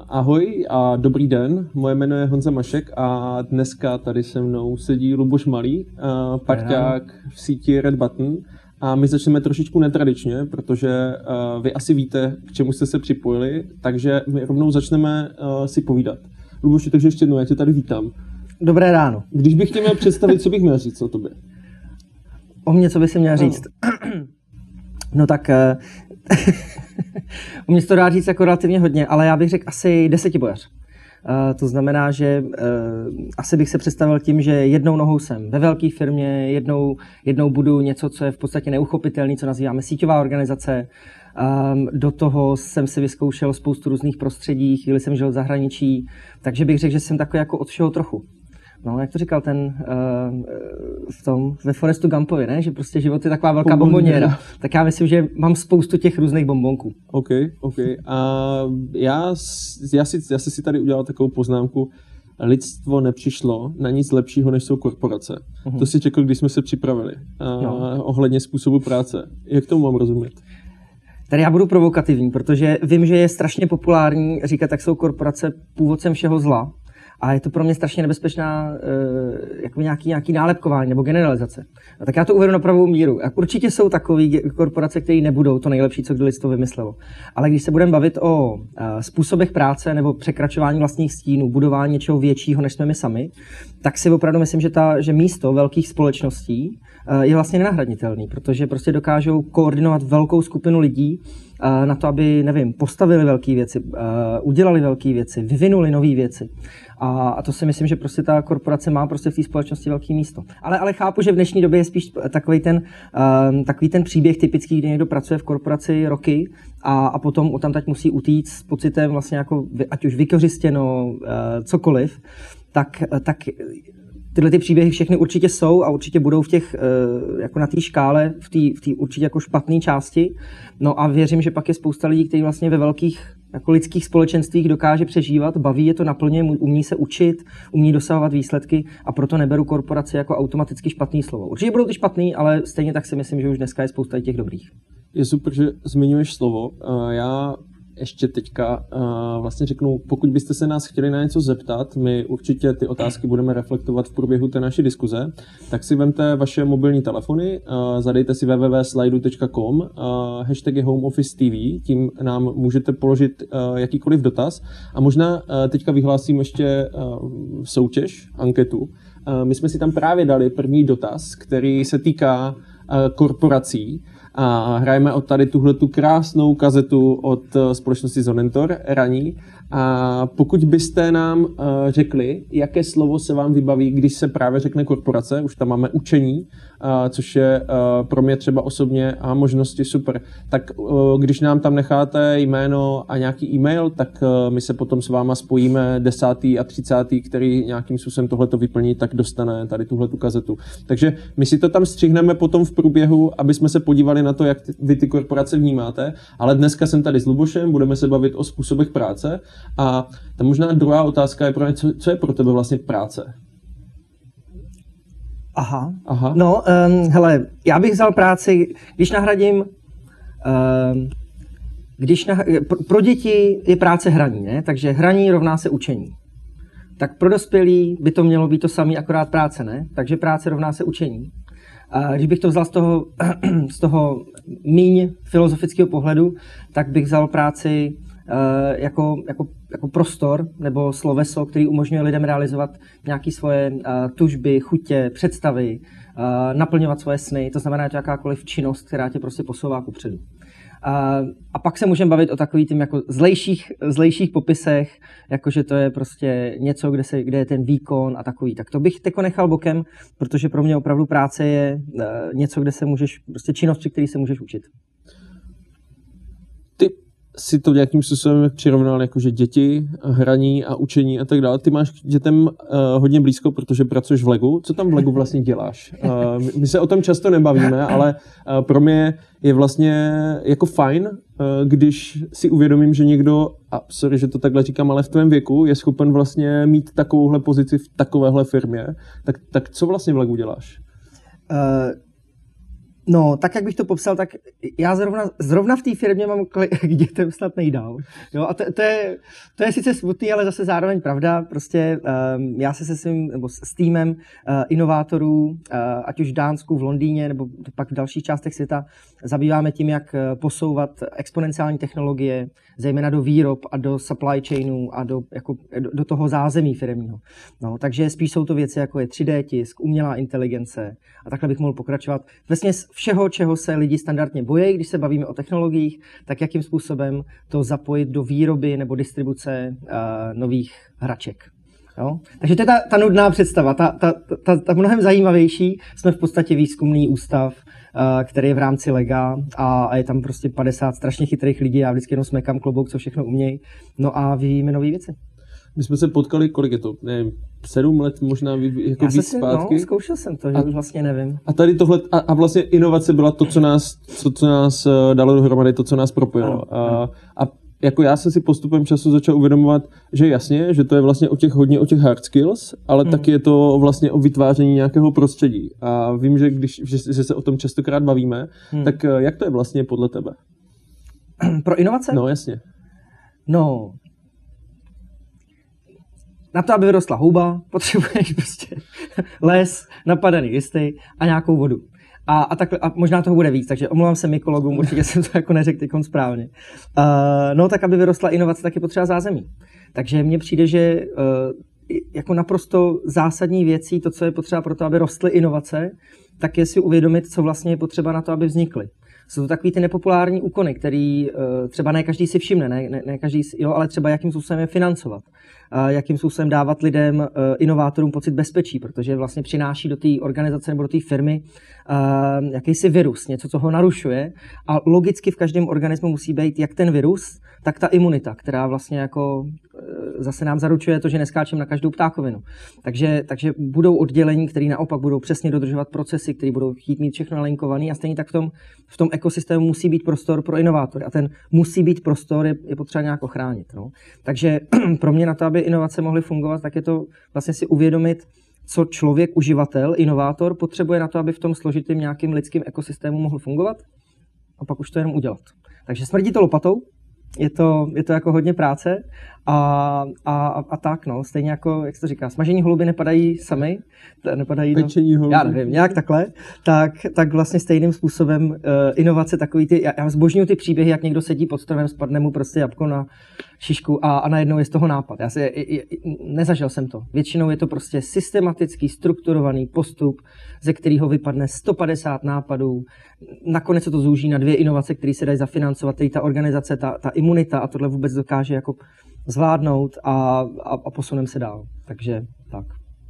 Ahoj a dobrý den, moje jméno je Honza Mašek a dneska tady se mnou sedí Luboš Malý, parťák v síti Red Button a my začneme trošičku netradičně, protože vy asi víte, k čemu jste se připojili, takže my rovnou začneme si povídat. Luboši, takže ještě jednou, já tě tady vítám. Dobré ráno. Když bych tě měl představit, co bych měl říct o tobě? O mně, co by si měl říct? No tak, u mě se to dá říct jako relativně hodně, ale já bych řekl asi desetibojař. To znamená, že asi bych se představil tím, že jednou nohou jsem ve velké firmě, jednou budu něco, co je v podstatě neuchopitelné, co nazýváme síťová organizace. Do toho jsem si vyzkoušel spoustu různých prostředí, chvíli jsem žil v zahraničí, takže bych řekl, že jsem takový jako od všeho trochu. No, jak to říkal ten ve Forrestu Gumpovi, ne? Že prostě život je taková velká bomboněra. Tak já myslím, že mám spoustu těch různých bombonků. OK. A já si tady udělal takovou poznámku. Lidstvo nepřišlo na nic lepšího, než jsou korporace. To si řekl, když jsme se připravili. Ohledně způsobu práce. Jak tomu mám rozumět? Tady já budu provokativní, protože vím, že je strašně populární říkat, tak jsou korporace původcem všeho zla. A je to pro mě strašně nebezpečná jako nějaký nálepkování nebo generalizace. A tak já to uvedu na pravou míru. Určitě jsou takové korporace, které nebudou to nejlepší, co kdy lidstvo vymyslelo. Ale když se budeme bavit o způsobech práce nebo překračování vlastních stínů, budování něčeho většího, než jsme my sami, tak si opravdu myslím, že místo velkých společností je vlastně nenahraditelný, protože prostě dokážou koordinovat velkou skupinu lidí na to, aby, postavili velké věci, udělali velké věci, vyvinuli nové věci. A to si myslím, že prostě ta korporace má prostě v té společnosti velké místo. Ale chápu, že v dnešní době je spíš takový ten příběh typický, kdy někdo pracuje v korporaci roky a potom odtamtud musí utíct s pocitem vlastně jako, ať už vykořistěno, cokoliv, tak tyhle ty příběhy všechny určitě jsou a určitě budou v těch, jako na té škále, v té určitě jako špatné části. No a věřím, že pak je spousta lidí, kteří vlastně ve velkých jako lidských společenstvích dokáže přežívat, baví je to naplně, umí se učit, umí dosahovat výsledky a proto neberu korporaci jako automaticky špatný slovo. Určitě budou ty špatný, ale stejně tak si myslím, že už dneska je spousta těch dobrých. Je super, že zmiňuješ slovo. Já ještě teďka vlastně řeknu, pokud byste se nás chtěli na něco zeptat, my určitě ty otázky budeme reflektovat v průběhu té naší diskuze, tak si vemte vaše mobilní telefony, zadejte si www.slido.com, hashtag je Home Office TV, tím nám můžete položit jakýkoliv dotaz a možná teďka vyhlásím ještě soutěž, anketu. My jsme si tam právě dali první dotaz, který se týká korporací, a hrajeme od tady tuhletu krásnou kazetu od společnosti Zonentor raní. A pokud byste nám řekli, jaké slovo se vám vybaví, když se právě řekne korporace, už tam máme učení, což je pro mě třeba osobně a možnosti super, tak když nám tam necháte jméno a nějaký e-mail, tak my se potom s váma spojíme 10. a 30., který nějakým způsobem tohleto vyplní, tak dostane tady tuhletu kazetu. Takže my si to tam střihneme potom v průběhu, aby jsme se podívali na to, jak vy ty korporace vnímáte, ale dneska jsem tady s Lubošem, budeme se bavit o způsobech práce a ta možná druhá otázka je pro mě, co je pro tebe vlastně práce? Aha. No, hele, já bych vzal práci, když nahradím, pro děti je práce hraní, ne? Takže hraní rovná se učení. Tak pro dospělí by to mělo být to samé, akorát práce, ne? Takže práce rovná se učení. Když bych to vzal z toho míň filozofického pohledu, tak bych vzal práci jako prostor nebo sloveso, který umožňuje lidem realizovat nějaké svoje tužby, chutě, představy, naplňovat svoje sny, to znamená, že jakákoliv činnost, která tě prostě posouvá kupředu. A pak se můžeme bavit o takových tím jako zlejších popisech, jakože to je prostě něco, kde je ten výkon a takový. Tak to bych teko nechal bokem, protože pro mě opravdu práce je něco, kde se můžeš, prostě činnost, při který se můžeš učit. Ty si to nějakým způsobem přirovnal jakože děti, hraní a učení a tak dále. Ty máš k dětem hodně blízko, protože pracuješ v Legu. Co tam v Legu vlastně děláš? My se o tom často nebavíme, ale pro mě je vlastně jako fajn, když si uvědomím, že někdo, a sorry, že to takhle říkám, ale v tvém věku je schopen vlastně mít takovouhle pozici v takovéhle firmě. Tak co vlastně v Legu děláš? No, tak jak bych to popsal, tak já zrovna v té firmě mám k dětem snad nejdál. Jo, a to je sice smutný, ale zase zároveň pravda. Prostě já se svým, nebo s týmem inovátorů, ať už v Dánsku, v Londýně, nebo pak v dalších částech světa, zabýváme tím, jak posouvat exponenciální technologie, zejména do výrob a do supply chainů a do toho zázemí firemního. No, takže spíš jsou to věci, jako je 3D tisk, umělá inteligence a takhle bych mohl pokračovat. Vesměs všeho, čeho se lidi standardně bojí, když se bavíme o technologiích, tak jakým způsobem to zapojit do výroby nebo distribuce nových hraček. Jo? Takže to je ta nudná představa. Ta mnohem zajímavější, jsme v podstatě výzkumný ústav, který je v rámci Lega a je tam prostě 50 strašně chytrých lidí, já vždycky jenom smekám klobouk, co všechno umějí, no a vyvíjíme nové věci. My jsme se potkali, kolik je to, nevím, 7 let možná jako víc zpátky. No, zkoušel jsem to, že už vlastně nevím. A tady tohle, a vlastně inovace byla to, co nás dalo dohromady, to, co nás propojilo. A jako já jsem si postupem času začal uvědomovat, že jasně, že to je vlastně hodně o těch hard skills, ale taky je to vlastně o vytváření nějakého prostředí. A vím, že se o tom častokrát bavíme, tak jak to je vlastně podle tebe? Pro inovace? No, jasně. No, na to, aby vyrostla houba, potřebuješ prostě les, napadený listy a nějakou vodu. A možná toho bude víc, takže omlouvám se mykologům, určitě jsem to jako neřekl teď správně. No tak, aby vyrostla inovace, tak je potřeba zázemí. Takže mně přijde, že jako naprosto zásadní věcí, to, co je potřeba pro to, aby rostly inovace, tak je si uvědomit, co vlastně je potřeba na to, aby vznikly. Jsou to takový ty nepopulární úkony, který třeba ne každý si všimne, ne každý, jo, ale třeba jakým způsobem je financovat, jakým způsobem dávat lidem, inovátorům pocit bezpečí, protože vlastně přináší do té organizace nebo do té firmy jakýsi virus, něco, co ho narušuje a logicky v každém organismu musí být jak ten virus, tak ta imunita, která vlastně jako zase nám zaručuje to, že neskáčeme na každou ptákovinu. Takže budou oddělení, které naopak budou přesně dodržovat procesy, které budou chtít mít všechno nalinkované a stejně tak v tom ekosystému musí být prostor pro inovátory a ten musí být prostor je potřeba nějak ochránit. No. Takže pro mě na to, aby inovace mohly fungovat, tak je to vlastně si uvědomit, co člověk, uživatel, inovátor potřebuje na to, aby v tom složitým nějakým lidským ekosystému mohl fungovat a pak už to jenom udělat. Takže smrdí to lopatou, je to jako hodně práce a tak, no, stejně jako, jak se to říká, smažení holuby nepadají sami, nepadají pečení holuby. Já nevím, nějak takhle, tak vlastně stejným způsobem inovace takový ty, já zbožňuji ty příběhy, jak někdo sedí pod stromem, spadne mu prostě jabko na šišku a najednou je z toho nápad. Nezažil jsem to. Většinou je to prostě systematický, strukturovaný postup, ze kterého vypadne 150 nápadů. Nakonec se to zúží na 2 inovace, které se dají zafinancovat, který ta organizace, ta imunita a tohle vůbec dokáže jako zvládnout a posuneme se dál. Takže tak.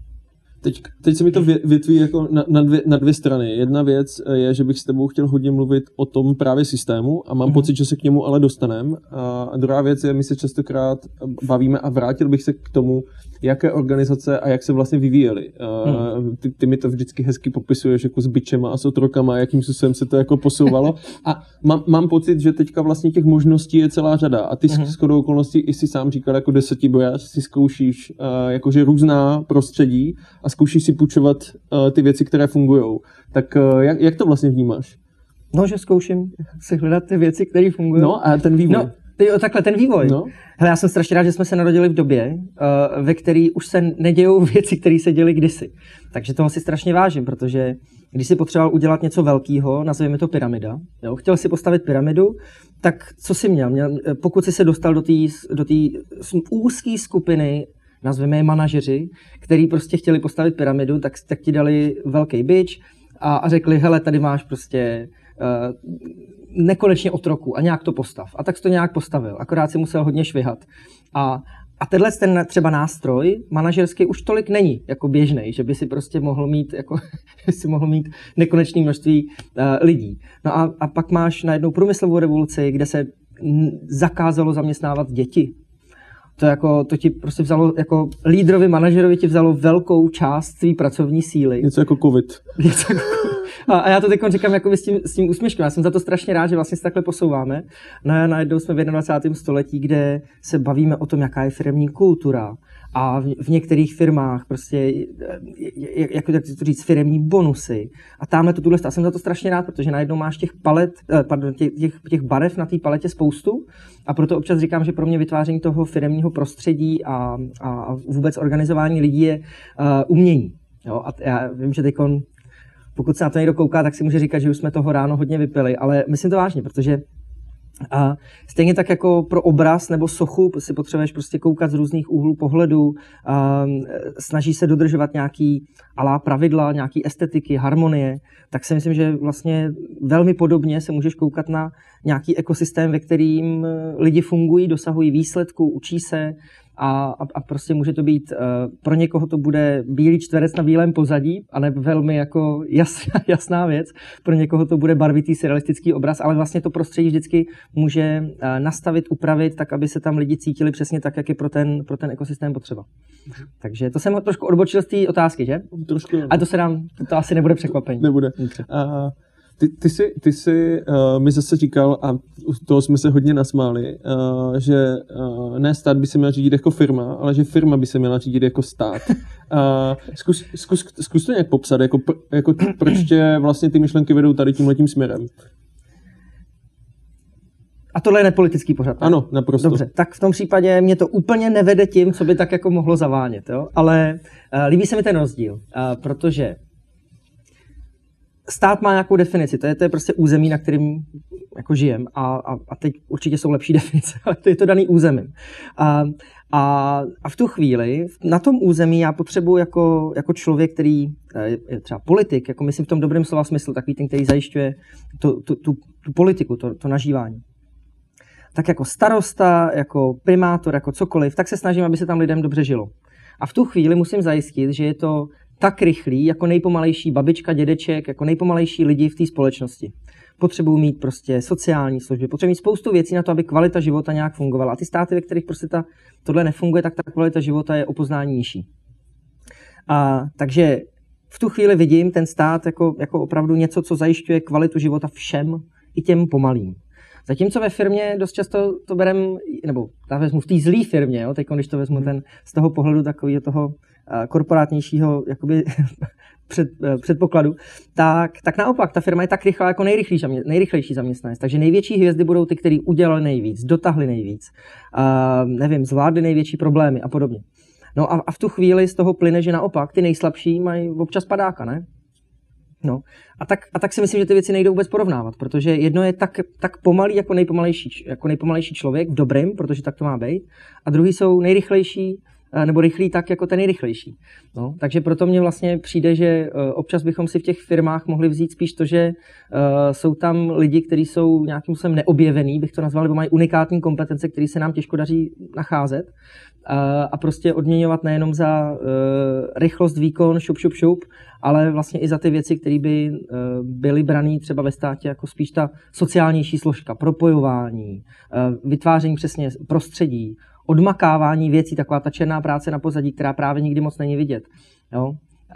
Teď se mi to větví jako na dvě strany. Jedna věc je, že bych s tebou chtěl hodně mluvit o tom právě systému a mám pocit, že se k němu ale dostaneme. A druhá věc je, my se častokrát bavíme a vrátil bych se k tomu, jaké organizace a jak se vlastně vyvíjely. Ty mi to vždycky hezky popisuješ jako s bičema a s otrokama, jakým způsobem se to jako posouvalo. A mám pocit, že teďka vlastně těch možností je celá řada. A ty shodou okolností i si sám říkal jako desetibojař, si zkoušíš jakože různá prostředí a zkoušíš si půjčovat ty věci, které fungujou. Tak jak to vlastně vnímáš? No, že zkouším si hledat ty věci, které fungují. No a ten vývoj. No, takhle ten vývoj. No. Hele, já jsem strašně rád, že jsme se narodili v době, ve které už se nedějou věci, které se děly kdysi. Takže toho si strašně vážím, protože když si potřeboval udělat něco velkého, nazveme to pyramida, jo? Chtěl si postavit pyramidu, tak co si měl? Pokud jsi se dostal do té úzké skupiny, nazveme je manažeři, který prostě chtěli postavit pyramidu, tak ti dali velký bič a řekli, hele, tady máš prostě nekonečně otroků a nějak to postav. A tak jsi to nějak postavil, akorát si musel hodně švihat. A tenhle ten třeba nástroj manažerský už tolik není jako běžnej, že by si prostě mohl mít nekonečné množství lidí. No a pak máš najednou průmyslovou revoluci, kde se zakázalo zaměstnávat děti. To ti prostě vzalo, jako lídrovi, manažerovi ti vzalo velkou část své pracovní síly. Něco jako covid. A já to teď říkám jako s tím úsměškem. Já jsem za to strašně rád, že vlastně se takhle posouváme. Najednou jsme v 21. století, kde se bavíme o tom, jaká je firemní kultura. A v některých firmách prostě, jak to říct, firemní bonusy. A tamhle to tuhle. A jsem za to strašně rád, protože najednou máš těch barev na té paletě spoustu. A proto občas říkám, že pro mě vytváření toho firemního prostředí a vůbec organizování lidí je umění. Jo? A já vím, že teďkon, pokud se na to někdo kouká, tak si může říkat, že už jsme toho ráno hodně vypili, ale myslím to vážně, protože stejně tak jako pro obraz nebo sochu si potřebuješ prostě koukat z různých úhlů pohledu, snaží se dodržovat nějaký pravidla, nějaký estetiky, harmonie, tak si myslím, že vlastně velmi podobně se můžeš koukat na nějaký ekosystém, ve kterým lidi fungují, dosahují výsledků, učí se a prostě může to být, pro někoho to bude bílý čtverec na bílém pozadí, ale velmi jako jasná věc, pro někoho to bude barvitý surrealistický obraz, ale vlastně to prostředí vždycky může nastavit, upravit, tak aby se tam lidi cítili přesně tak, jak je pro ten ekosystém potřeba. Takže to jsem trošku odbočil z té otázky, že? Trošku. A to asi nebude překvapení. Nebude. Ty jsi mi zase říkal, a toho jsme se hodně nasmáli, že ne stát by se měl řídit jako firma, ale že firma by se měla řídit jako stát. Zkus to nějak popsat, jako proč tě vlastně ty myšlenky vedou tady tímhletím směrem. A tohle je nepolitický pořad. Ne? Ano, naprosto. Dobře, tak v tom případě mě to úplně nevede tím, co by tak jako mohlo zavánět. Jo? Ale líbí se mi ten rozdíl, protože stát má nějakou definici, to je prostě území, na kterým jako žijem a teď určitě jsou lepší definice, ale to je to daný územím. A v tu chvíli, na tom území já potřebuji jako člověk, který je třeba politik, jako myslím v tom dobrém slova smyslu, takový ten, který zajišťuje tu politiku, to nažívání. Tak jako starosta, jako primátor, jako cokoliv, tak se snažím, aby se tam lidem dobře žilo. A v tu chvíli musím zajistit, že je to tak rychlý, jako nejpomalejší babička, dědeček, jako nejpomalejší lidi v té společnosti. Potřebují mít prostě sociální služby, potřebují mít spoustu věcí na to, aby kvalita života nějak fungovala. A ty státy, ve kterých prostě tohle nefunguje, tak ta kvalita života je o poznání nižší. Takže v tu chvíli vidím ten stát jako opravdu něco, co zajišťuje kvalitu života všem, i těm pomalým. Zatímco ve firmě dost často to berem, nebo já vezmu v té zlé firmě, jo, teď když to vezmu z toho pohledu takového toho korporátnějšího jakoby předpokladu, tak naopak ta firma je tak rychlá jako nejrychlejší zaměstnanec. Takže největší hvězdy budou ty, kteří udělali nejvíc, dotáhli nejvíc, zvládli největší problémy a podobně. No a v tu chvíli z toho plyne, že naopak ty nejslabší mají občas padáka, ne? No, a tak si myslím, že ty věci nejdou vůbec porovnávat, protože jedno je tak pomalý jako nejpomalejší člověk v dobrém, protože tak to má být, a druhý jsou nejrychlejší nebo rychlý tak jako ten nejrychlejší. No, takže proto mně vlastně přijde, že občas bychom si v těch firmách mohli vzít spíš to, že jsou tam lidi, kteří jsou nějakým způsobem neobjevený, bych to nazval, nebo mají unikátní kompetence, které se nám těžko daří nacházet, a prostě odměňovat nejenom za rychlost, výkon, šup, ale vlastně i za ty věci, které by byly braný třeba ve státě jako spíš ta sociálnější složka, propojování, vytváření přesně prostředí, odmakávání věcí, taková ta černá práce na pozadí, která právě nikdy moc není vidět. Jo?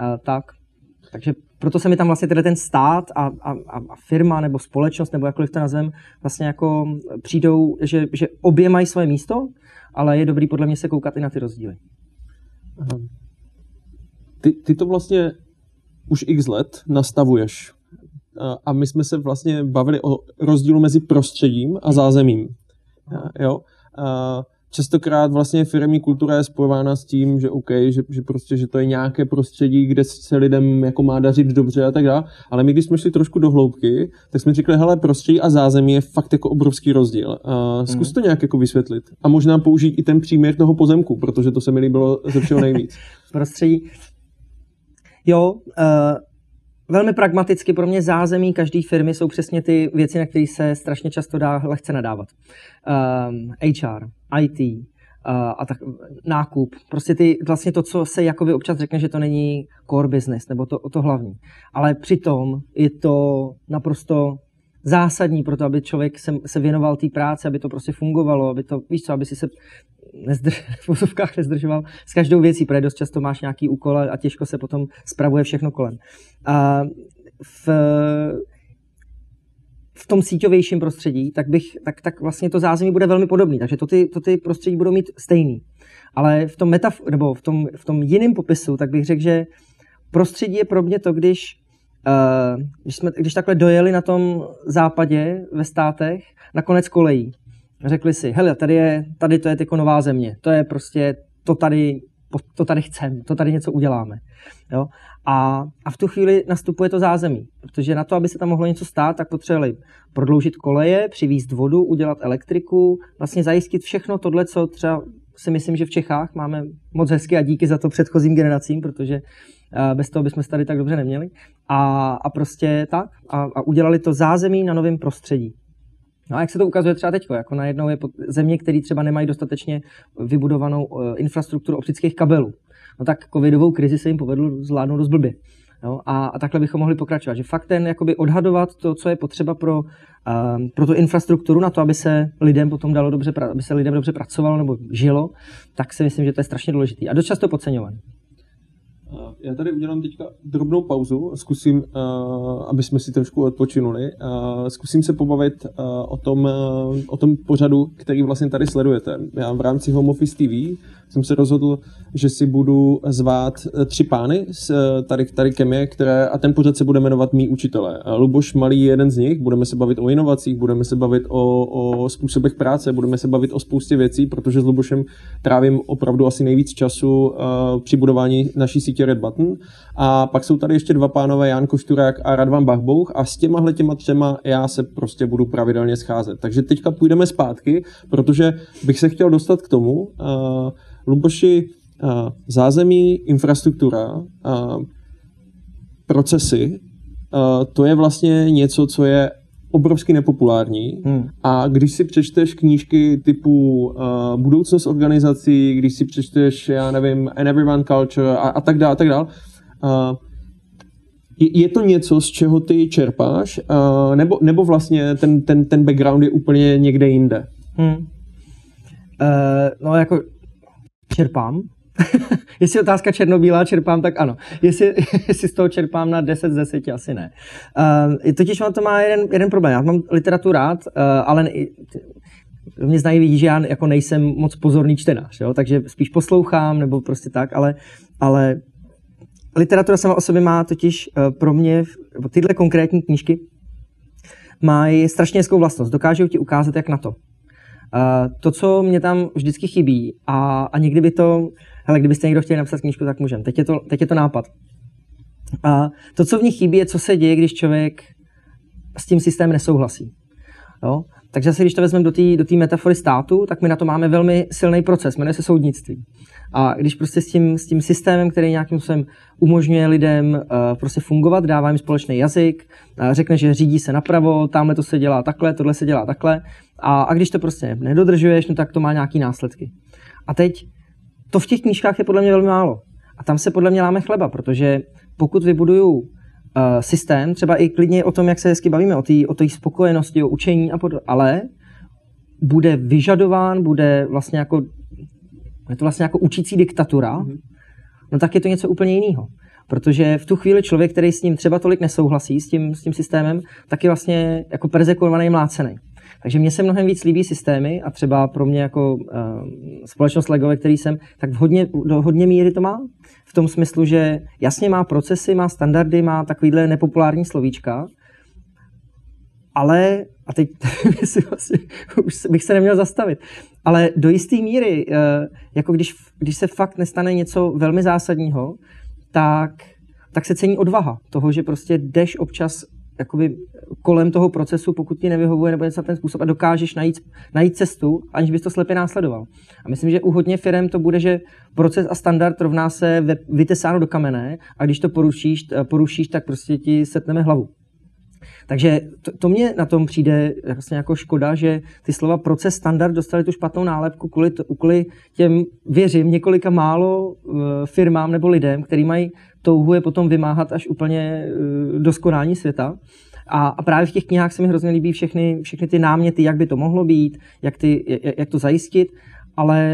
Takže proto se mi tam vlastně ten stát a firma nebo společnost, nebo jakkoliv to nazvem, vlastně jako přijdou, že obě mají svoje místo, ale je dobrý podle mě se koukat i na ty rozdíly. Aha. Ty to vlastně už x let nastavuješ. A my jsme se vlastně bavili o rozdílu mezi prostředím a zázemím. Jo? Častokrát vlastně firemní kultura je spojována s tím, že OK, že to je nějaké prostředí, kde se lidem jako má dařit dobře a tak dále, ale my když jsme šli trošku do hloubky, tak jsme řekli, hele, prostředí a zázemí je fakt jako obrovský rozdíl. Zkus to nějak jako vysvětlit a možná použít i ten příměr toho pozemku, protože to se mi líbilo ze všeho nejvíc. Prostředí. Jo, velmi pragmaticky pro mě zázemí každé firmy jsou přesně ty věci, na které se strašně často dá lehce nadávat. HR, IT, a tak nákup. Prostě vlastně to, co se jakoby občas řekne, že to není core business, nebo to hlavní. Ale přitom je to naprosto zásadní pro to, aby člověk se věnoval té práci, aby to prostě fungovalo, aby to, víš co, aby si se v vozovkách nezdržoval s každou věcí, protože dost často máš nějaký úkol a těžko se potom spravuje všechno kolem. v tom síťovějším prostředí, tak vlastně to zázemí bude velmi podobný, takže to ty prostředí budou mít stejný. Ale v tom jiném popisu, tak bych řekl, že prostředí je pro mě to, když takhle dojeli na tom západě ve státech na konec kolejí. Řekli si, hele, tady to je jako nová země, to je prostě, to tady chceme, to tady něco uděláme. Jo? A v tu chvíli nastupuje to zázemí, protože na to, aby se tam mohlo něco stát, tak potřebovali prodloužit koleje, přivízt vodu, udělat elektriku, vlastně zajistit všechno tohle, co třeba si myslím, že v Čechách máme moc hezky a díky za to předchozím generacím, protože bez toho bychom se tady tak dobře neměli. A prostě tak. A udělali to zázemí na novém prostředí. No a jak se to ukazuje třeba teď, jako najednou je země, které třeba nemají dostatečně vybudovanou infrastrukturu optických kabelů. No tak covidovou krizi se jim povedlo zvládnout dost blbě. No, a takhle bychom mohli pokračovat. Že fakt jakoby odhadovat to, co je potřeba pro tu infrastrukturu, na to, aby se lidem potom dalo dobře, aby se lidem dobře pracovalo nebo žilo, tak si myslím, že to je strašně důležitý a dost často podceňovaný. Já tady udělám teďka drobnou pauzu, zkusím, aby jsme si trošku odpočinuli, zkusím se pobavit o tom pořadu, který vlastně tady sledujete. Já v rámci Home Office TV jsem se rozhodl, že si budu zvát 3 pány tady ke mně, a ten pořad se bude jmenovat Mí učitelé. Luboš Malý je jeden z nich, budeme se bavit o inovacích, budeme se bavit o způsobech práce, budeme se bavit o spoustě věcí, protože s Lubošem trávím opravdu asi nejvíc času při budování naší sítě Red Button. A pak jsou tady ještě 2 pánové, Jan Košturák a Radvan Bachbouch, a s těma 3 já se prostě budu pravidelně scházet. Takže teďka půjdeme zpátky, protože bych se chtěl dostat k tomu, Luboši, zázemí, infrastruktura, procesy, to je vlastně něco, co je obrovsky nepopulární. A když si přečteš knížky typu Budoucnost organizací, když si přečteš, já nevím, And Everyone Culture a tak dále, je to něco, z čeho ty čerpáš, nebo vlastně ten background je úplně někde jinde? No jako čerpám. Jestli je otázka černobílá, čerpám, tak ano. Jestli z toho čerpám na 10 z 10, asi ne. Totiž to má jeden problém. Já mám literaturu rád, ale mě znají, vidí, že já jako nejsem moc pozorný čtenář, jo? Takže spíš poslouchám, nebo prostě tak, ale literatura sama o sobě má totiž pro mě, tyhle konkrétní knížky mají strašně hezkou vlastnost. Dokážou ti ukázat, jak na to. To, co mě tam vždycky chybí, a někdy by to, hele, kdybyste někdo chtěli napsat knížku, tak můžeme. Teď je to nápad. To, co v ní chybí, je, co se děje, když člověk s tím systémem nesouhlasí. Jo? Takže zase, když to vezmeme do té metafory státu, tak my na to máme velmi silný proces, jmenuje se soudnictví. A když prostě s tím systémem, který nějakým způsobem umožňuje lidem prostě fungovat, dává jim společný jazyk, řekne, že řídí se napravo, tamhle to se dělá takhle, tohle se dělá takhle, a když to prostě nedodržuješ, no tak to má nějaký následky. A teď to v těch knížkách je podle mě velmi málo. A tam se podle mě láme chleba, protože pokud vybuduju systém, třeba i klidně o tom, jak se hezky bavíme, o té spokojenosti, o učení ale bude vyžadován, bude vlastně jako, je to vlastně jako učící diktatura, no tak je to něco úplně jiného. Protože v tu chvíli člověk, který s ním třeba tolik nesouhlasí, s tím systémem, tak je vlastně jako perzekvovaný, mlácený. Takže mně se mnohem víc líbí systémy a třeba pro mě jako společnost Lego, ve který jsem, tak do hodně míry to má. V tom smyslu, že jasně má procesy, má standardy, má takovýhle nepopulární slovíčka, ale, a teď vlastně, už bych se neměl zastavit, ale do jisté míry, jako když se fakt nestane něco velmi zásadního, tak se cení odvaha toho, že prostě jdeš občas jakoby kolem toho procesu, pokud ti nevyhovuje nebo něco na ten způsob a dokážeš najít cestu, aniž bys to slepě následoval. A myslím, že u hodně firem to bude, že proces a standard rovná se vytesáno do kamene a když to porušíš, tak prostě ti setneme hlavu. Takže to mně na tom přijde vlastně jako škoda, že ty slova proces, standard dostali tu špatnou nálepku kvůli těm, věřím, několika málo firmám nebo lidem, který mají touhu je potom vymáhat až úplně do skonání světa. A právě v těch knihách se mi hrozně líbí všechny ty náměty, jak by to mohlo být, jak to zajistit, ale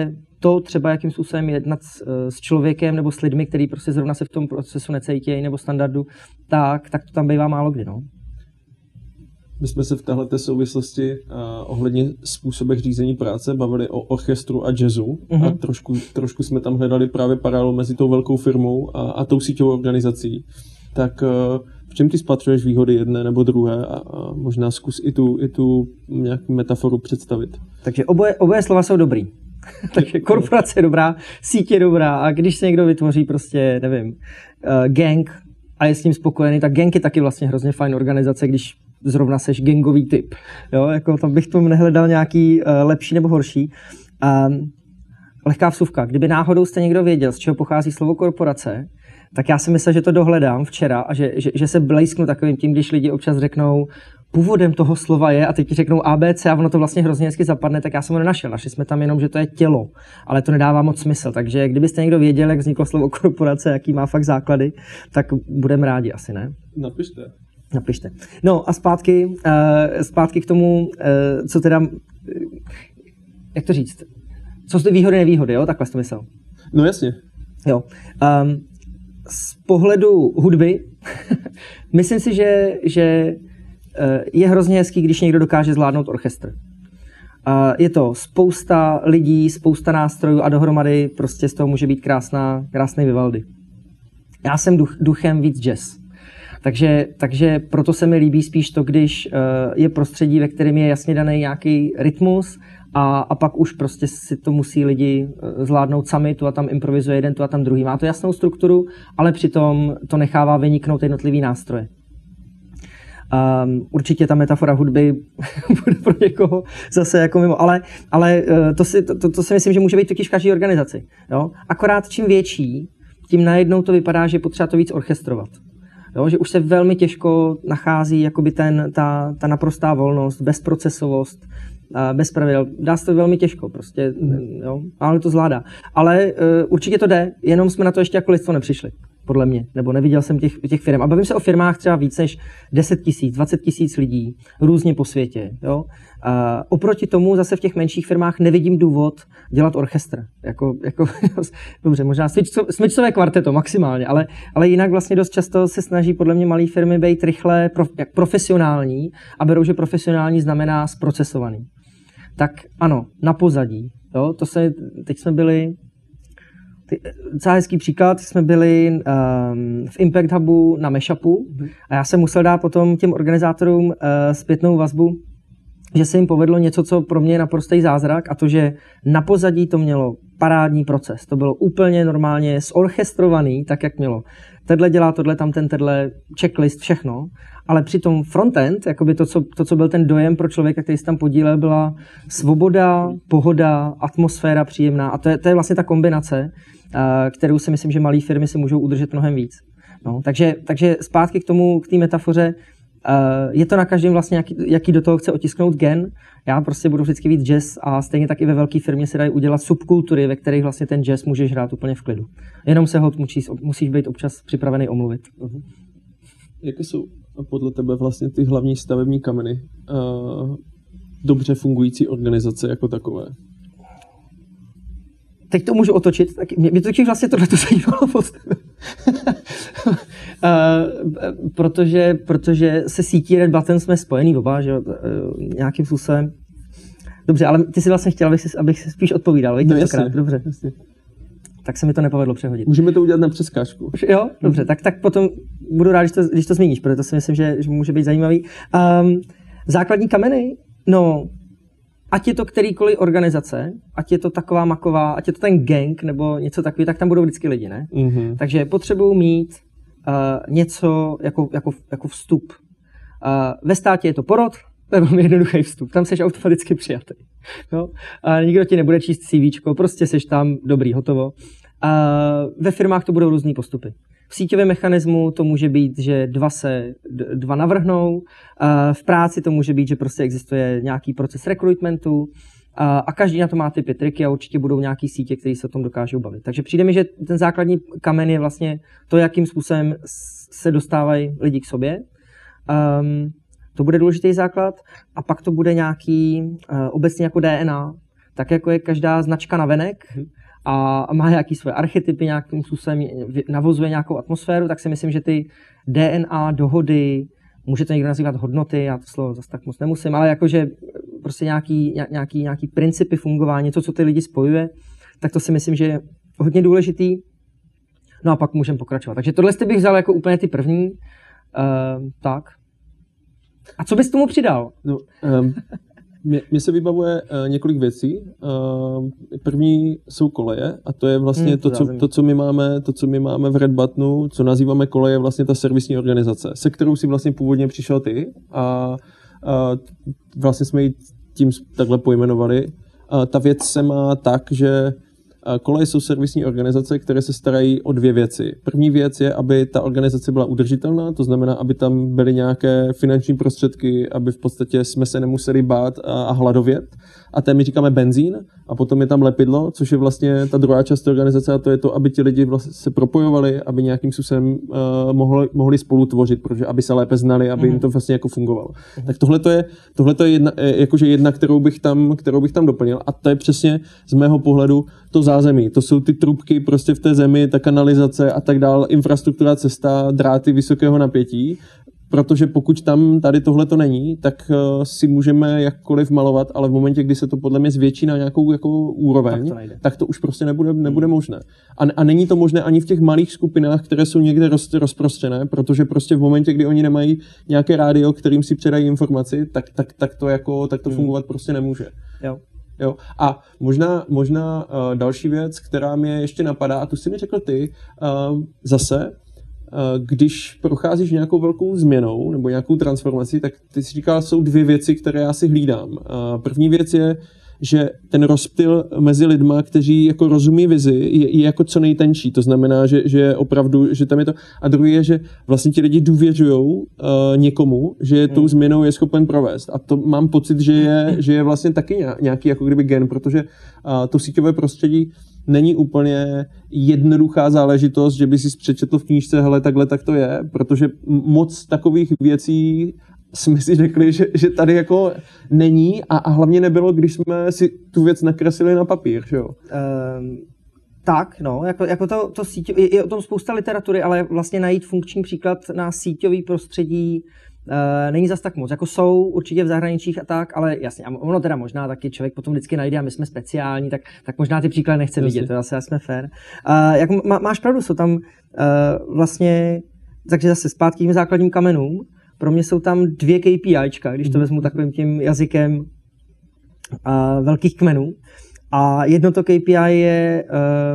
to třeba jakým způsobem jednat s člověkem nebo s lidmi, který prostě zrovna se v tom procesu necítějí nebo standardu, tak to tam bývá málo kdy, no. My jsme se v téhleté souvislosti ohledně způsobech řízení práce bavili o orchestru a jazzu a trošku jsme tam hledali právě paralelu mezi tou velkou firmou a tou síťovou organizací. Tak v čem ty spatřuješ výhody jedné nebo druhé a možná zkus i tu nějakou metaforu představit. Takže oboje slova jsou dobrý. Takže korporace je dobrá, síť je dobrá a když se někdo vytvoří prostě, nevím, gang a je s ním spokojený, tak gang je taky vlastně hrozně fajn organizace, když zrovna seš gangový typ. Jo, jako tam bych tomu nehledal nějaký lepší nebo horší. Lehká vsuvka. Kdyby náhodou jste někdo věděl, z čeho pochází slovo korporace, tak já si myslel, že to dohledám včera a že se blejsknu takovým tím, když lidi občas řeknou, původem toho slova je, a teď ti řeknou ABC a ono to vlastně hrozně hezky zapadne, tak já jsem ho nenašel. Našli jsme tam jenom, že to je tělo, ale to nedává moc smysl. Takže kdybyste někdo věděl, jak vzniklo slovo korporace, jaký má fakt základy, tak budeme rádi asi, ne? Napište. No a zpátky k tomu, co teda, jak to říct, co jsou ty výhody, nevýhody, jo? Takhle jsi to myslel. No jasně. Jo. Z pohledu hudby, myslím si, že je hrozně hezký, když někdo dokáže zvládnout orchestr. Je to spousta lidí, spousta nástrojů a dohromady prostě z toho může být krásný Vivaldi. Já jsem duchem víc jazz. Takže proto se mi líbí spíš to, když je prostředí, ve kterém je jasně daný nějaký rytmus a pak už prostě si to musí lidi zvládnout sami, tu a tam improvizuje jeden, tu a tam druhý. Má to jasnou strukturu, ale přitom to nechává vyniknout jednotlivý nástroje. Určitě ta metafora hudby bude pro někoho zase jako mimo, ale to si myslím, že může být totiž v každé organizaci. Jo? Akorát čím větší, tím najednou to vypadá, že je potřeba to víc orchestrovat. Jo? Že už se velmi těžko nachází jakoby ta naprostá volnost, bezprocesovost, bez pravidel. Dá se to velmi těžko, prostě, jo? Ale to zvládá. Ale určitě to jde, jenom jsme na to ještě jako lidstvo nepřišli. Podle mě, nebo neviděl jsem těch firm. A bavím se o firmách třeba víc než 10 000, 20 000 lidí, různě po světě. Jo? Oproti tomu zase v těch menších firmách nevidím důvod dělat orchestr. Dobře, možná smyčcové kvarteto maximálně, ale jinak vlastně dost často se snaží podle mě malé firmy být rychle profesionální a berou, že profesionální znamená zprocesovaný. Tak ano, na pozadí. Jo? Teď jsme byli docela hezký příklad, jsme byli v Impact Hubu na Mashupu a já jsem musel dát potom těm organizátorům zpětnou vazbu, že se jim povedlo něco, co pro mě je naprostý zázrak, a to, že na pozadí to mělo parádní proces. To bylo úplně normálně zorchestrovaný, tak jak mělo. Tedle dělá tohle, tamten, tedle, checklist, všechno. Ale přitom frontend, jakoby to, co byl ten dojem pro člověka, který se tam podílel, byla svoboda, pohoda, atmosféra příjemná. A to je vlastně ta kombinace, kterou si myslím, že malé firmy si můžou udržet mnohem víc. No, takže zpátky k té metafoře, je to na každém vlastně, jaký do toho chce otisknout gen. Já prostě budu vždycky víc jazz a stejně tak i ve velké firmě se dají udělat subkultury, ve kterých vlastně ten jazz můžeš hrát úplně v klidu. Jenom se ho musíš být občas připravený omluvit. Jaké jsou podle tebe vlastně ty hlavní stavební kameny dobře fungující organizace jako takové? Teď to můžu otočit, tak mě totiž vlastně tohleto zajímalo od tebe. protože se sítí Red Button jsme spojený oba, že nějakým způsobem. Dobře, ale ty si vlastně chtěl, abych si spíš odpovídal, víš? No jasně, dobře. Jasně. Tak se mi to nepovedlo přehodit. Můžeme to udělat na přeskážku. Jo, dobře, tak potom budu rád, když to zmíníš, protože to si myslím, že může být zajímavý. Základní kameny, no, ať je to kterýkoliv organizace, ať je to taková maková, ať je to ten gang nebo něco takový, tak tam budou vždycky lidi, ne? Mm-hmm. Takže potřebuju mít něco jako vstup. Ve státě je to porod, to je velmi jednoduchý vstup, tam seš automaticky přijatý. No? A nikdo ti nebude číst CVčko, prostě seš tam, dobrý, hotovo. Ve firmách to budou různý postupy. V síťovém mechanismu to může být, že dva navrhnou, v práci to může být, že prostě existuje nějaký proces rekrutmentu a každý na to má typy, triky a určitě budou nějaký sítě, které se o tom dokážou bavit. Takže přijde mi, že ten základní kamen je vlastně to, jakým způsobem se dostávají lidi k sobě. To bude důležitý základ a pak to bude nějaký obecně jako DNA. tak jako je každá značka navenek a má nějaký svoje archetypy, nějakým způsobem navozuje nějakou atmosféru, tak si myslím, že ty DNA, dohody, může to někdo nazývat hodnoty, já to slovo zase tak moc nemusím, ale jakože prostě nějaký principy fungování, něco, co ty lidi spojuje, tak to si myslím, že je hodně důležitý. No a pak můžeme pokračovat. Takže tohle bych vzal jako úplně ty první. Tak. A co bys tomu přidal? No, mně se vybavuje několik věcí. První jsou koleje a to je vlastně to, co my máme v Red Buttonu, co nazýváme koleje, vlastně ta servisní organizace, se kterou si vlastně původně přišel ty a vlastně jsme ji tím takhle pojmenovali. Ta věc se má tak, že koleje jsou servisní organizace, které se starají o dvě věci. První věc je, aby ta organizace byla udržitelná, to znamená, aby tam byly nějaké finanční prostředky, aby v podstatě jsme se nemuseli bát a hladovět. A té my říkáme benzín a potom je tam lepidlo, což je vlastně ta druhá část organizace a to je to, aby ti lidi vlastně se propojovali, aby nějakým způsobem mohli spolu tvořit, protože aby se lépe znali, aby jim to vlastně jako fungovalo. Tak tohle je jedna, kterou bych tam doplnil a to je přesně z mého pohledu to zázemí. To jsou ty trubky prostě v té zemi, ta kanalizace a tak dál, infrastruktura, cesta, dráty vysokého napětí. Protože pokud tam tady tohle to není, tak si můžeme jakkoliv malovat, ale v momentě, kdy se to podle mě zvětší na nějakou jako úroveň, tak to už prostě nebude možné. A není to možné ani v těch malých skupinách, které jsou někde rozprostřené, protože prostě v momentě, kdy oni nemají nějaké rádio, kterým si předají informaci, tak to fungovat prostě nemůže. Jo. A možná další věc, která mě ještě napadá, a tu si mi řekl ty, zase, když procházíš nějakou velkou změnou nebo nějakou transformací, tak ty si říkal, jsou dvě věci, které já si hlídám. První věc je, že ten rozptyl mezi lidma, kteří jako rozumí vizi, je jako co nejtenčí. To znamená, že opravdu, že tam je to. A druhý je, že vlastně ti lidi důvěřujou někomu, že tou změnou je schopen provést. A to mám pocit, že je vlastně taky nějaký jako kdyby gen, protože to síťové prostředí není úplně jednoduchá záležitost, že by si přečetl v knížce, hele, takhle tak to je, protože moc takových věcí jsme si řekli, že tady jako není a hlavně nebylo, když jsme si tu věc nakreslili na papír, že jo? Tak, no, jako to síťové, je o tom spousta literatury, ale vlastně najít funkční příklad na síťový prostředí není zas tak moc. Jako jsou určitě v zahraničích a tak, ale jasně, a ono teda možná taky člověk potom vždycky najde a my jsme speciální, tak možná ty příklady nechce vidět, to zase jsme fair. Jak máš pravdu, jsou tam vlastně, takže zase zpátky k těm základním kamenům, pro mě jsou tam dvě KPIčka, když to vezmu takovým tím jazykem velkých kmenů. A jedno to KPI je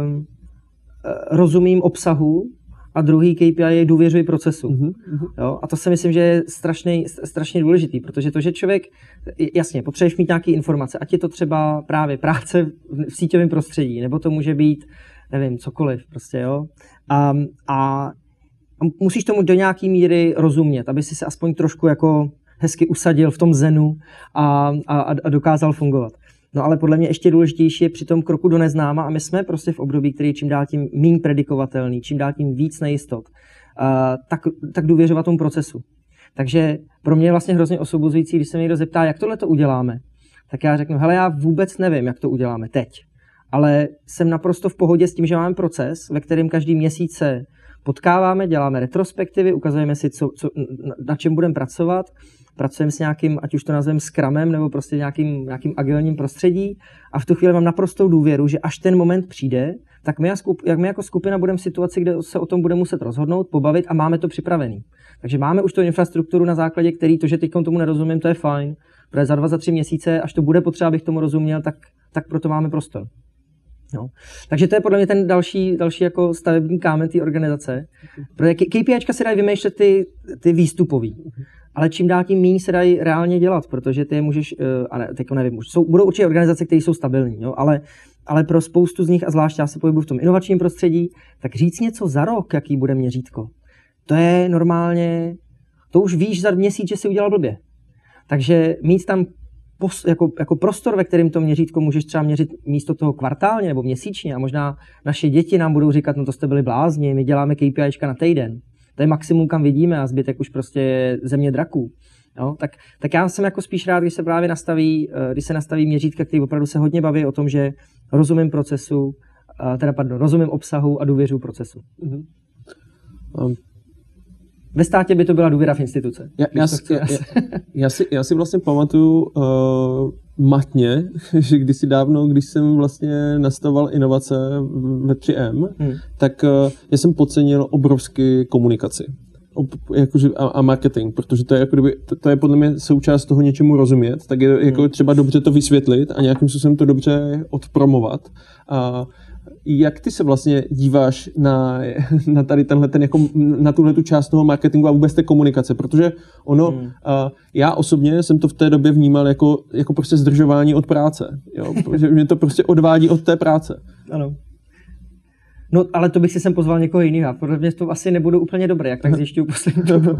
rozumím obsahu a druhý KPI je důvěřuji procesu. Jo? A to si myslím, že je strašně důležitý, protože to, že člověk, jasně, potřebuješ mít nějaké informace, ať je to třeba právě práce v síťovém prostředí, nebo to může být, nevím, cokoliv prostě, jo. A musíš tomu do nějaký míry rozumět, aby si se aspoň trošku jako hezky usadil v tom zenu a dokázal fungovat. No ale podle mě ještě důležitější je při tom kroku do neznáma a my jsme prostě v období, který je čím dál tím méně predikovatelný, čím dál tím víc nejistot, tak důvěřovat tomu procesu. Takže pro mě je vlastně hrozně osvobozující, když se mě někdo zeptá, jak tohle to uděláme, tak já řeknu, hele, já vůbec nevím, jak to uděláme teď, ale jsem naprosto v pohodě s tím, že máme proces, ve kterém každý měsíc se potkáváme, děláme retrospektivy, ukazujeme si, na čem budeme pracovat, pracujeme s nějakým, ať už to nazveme Scrumem, nebo prostě nějakým agilním prostředí a v tu chvíli mám naprostou důvěru, že až ten moment přijde, tak my jako skupina budeme v situaci, kde se o tom budeme muset rozhodnout, pobavit a máme to připravený. Takže máme už tu infrastrukturu na základě, který to, že teď tomu nerozumím, to je fajn, protože za 2, za 3 měsíce, až to bude potřeba, abych tomu rozuměl, tak proto máme prostor. No. Takže to je podle mě ten další jako stavební kámen té organizace. Protože KPIčka se dají vymýšlet ty výstupový, ale čím dál tím méně se dají reálně dělat, protože ty je můžeš, teď nevím, budou určitě organizace, které jsou stabilní, jo, ale pro spoustu z nich, a zvlášť já se pohybuji v tom inovačním prostředí, tak říct něco za rok, jaký bude měřítko, to je normálně, to už víš za měsíc, že si udělal blbě. Takže mít tam jako prostor, ve kterém to měřítko můžeš třeba měřit místo toho kvartálně nebo měsíčně a možná naše děti nám budou říkat, no to jste byli blázni, my děláme KPIčka na týden. To je maximum, kam vidíme a zbytek už prostě je země draků. Jo? Tak já jsem jako spíš rád, když se právě nastaví měřítka, který opravdu se hodně baví o tom, že rozumím procesu, rozumím obsahu a důvěřuji procesu. Ve státě by to byla důvěra v instituce. Já si vlastně pamatuju matně, že kdysi dávno, když jsem vlastně nastavoval inovace ve 3M, tak já jsem podcenil obrovsky komunikaci a marketing, protože to je, to je podle mě součást toho něčemu rozumět, tak je jako třeba dobře to vysvětlit a nějakým způsobem to dobře odpromovat. A jak ty se vlastně díváš na tady na tuhletu část toho marketingu a vůbec té komunikace, protože já osobně jsem to v té době vnímal jako prostě zdržování od práce, jo? Protože mě to prostě odvádí od té práce. Ano. No, ale to bych si sem pozval někoho jiného. Podle mě to asi nebudu úplně dobré, jak tak zjišťuju poslední dobu.